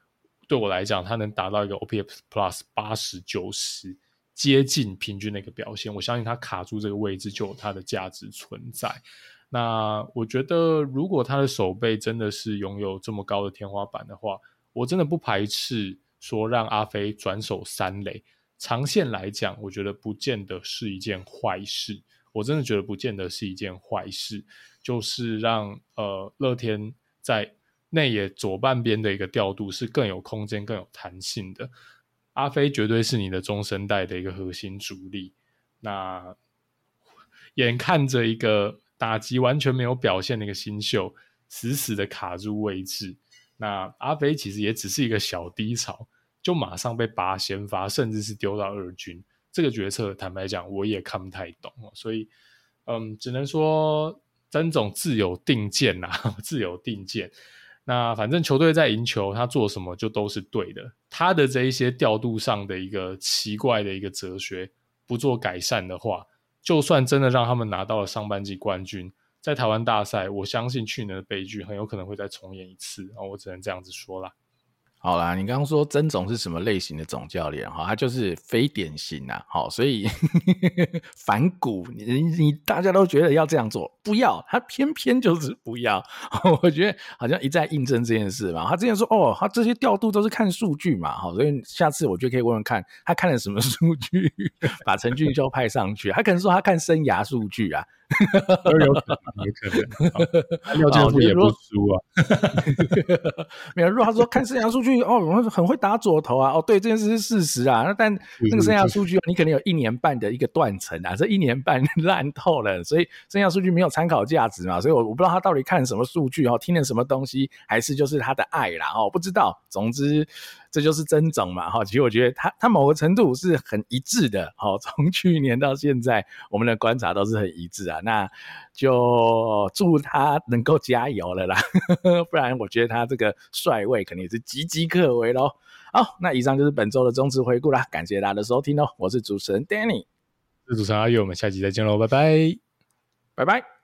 对我来讲，他能达到一个 O P S Plus 八十九十，接近平均的一个表现，我相信他卡住这个位置就有它的价值存在。那我觉得如果他的手背真的是拥有这么高的天花板的话，我真的不排斥说让阿飞转手三垒，长线来讲我觉得不见得是一件坏事，我真的觉得不见得是一件坏事，就是让呃乐天在内野左半边的一个调度是更有空间更有弹性的。阿飞绝对是你的中生代的一个核心主力，那眼看着一个打击完全没有表现的一个新秀死死的卡住位置，那阿飞其实也只是一个小低潮就马上被拔先发甚至是丢到二军，这个决策坦白讲我也看不太懂，所以嗯，只能说曾总自有定见啦，自有定见。那反正球队在赢球他做什么就都是对的，他的这一些调度上的一个奇怪的一个哲学不做改善的话，就算真的让他们拿到了上半季冠军，在台湾大赛我相信去年的悲剧很有可能会再重演一次，我只能这样子说啦。 好啦，你刚刚说曾总是什么类型的总教练，他就是非典型啊，好，所以反骨，你你大家都觉得要这样做，不要，他偏偏就是不要。我觉得好像一再印证这件事嘛。他之前说哦，他这些调度都是看数据嘛，好，所以下次我就可以问问看他看了什么数据，把陈俊秀派上去。他可能说他看生涯数据啊。 有可能，有可能。廖健富也不输啊。 没有，如果他说看生涯数据，哦，我很会打左投啊，哦，对，这件事是事实啊。但那个生涯数据，你可能有一年半的一个断层啊，这一年半烂透了，所以生涯数据没有参考价值嘛。所以我我不知道他到底看什么数据哦，听了什么东西，还是就是他的爱啦哦，不知道。总之，这就是曾总嘛哈。其实我觉得他他某个程度是很一致的，好，从去年到现在，我们的观察都是很一致啊。那就祝他能够加油了啦，不然我觉得他这个帅位肯定也是岌岌可危咯。好，那以上就是本周的中职回顾啦，感谢大家的收听哦，我是主持人 Danny， 我是主持人阿月，我们下集再见咯，拜拜， 拜拜。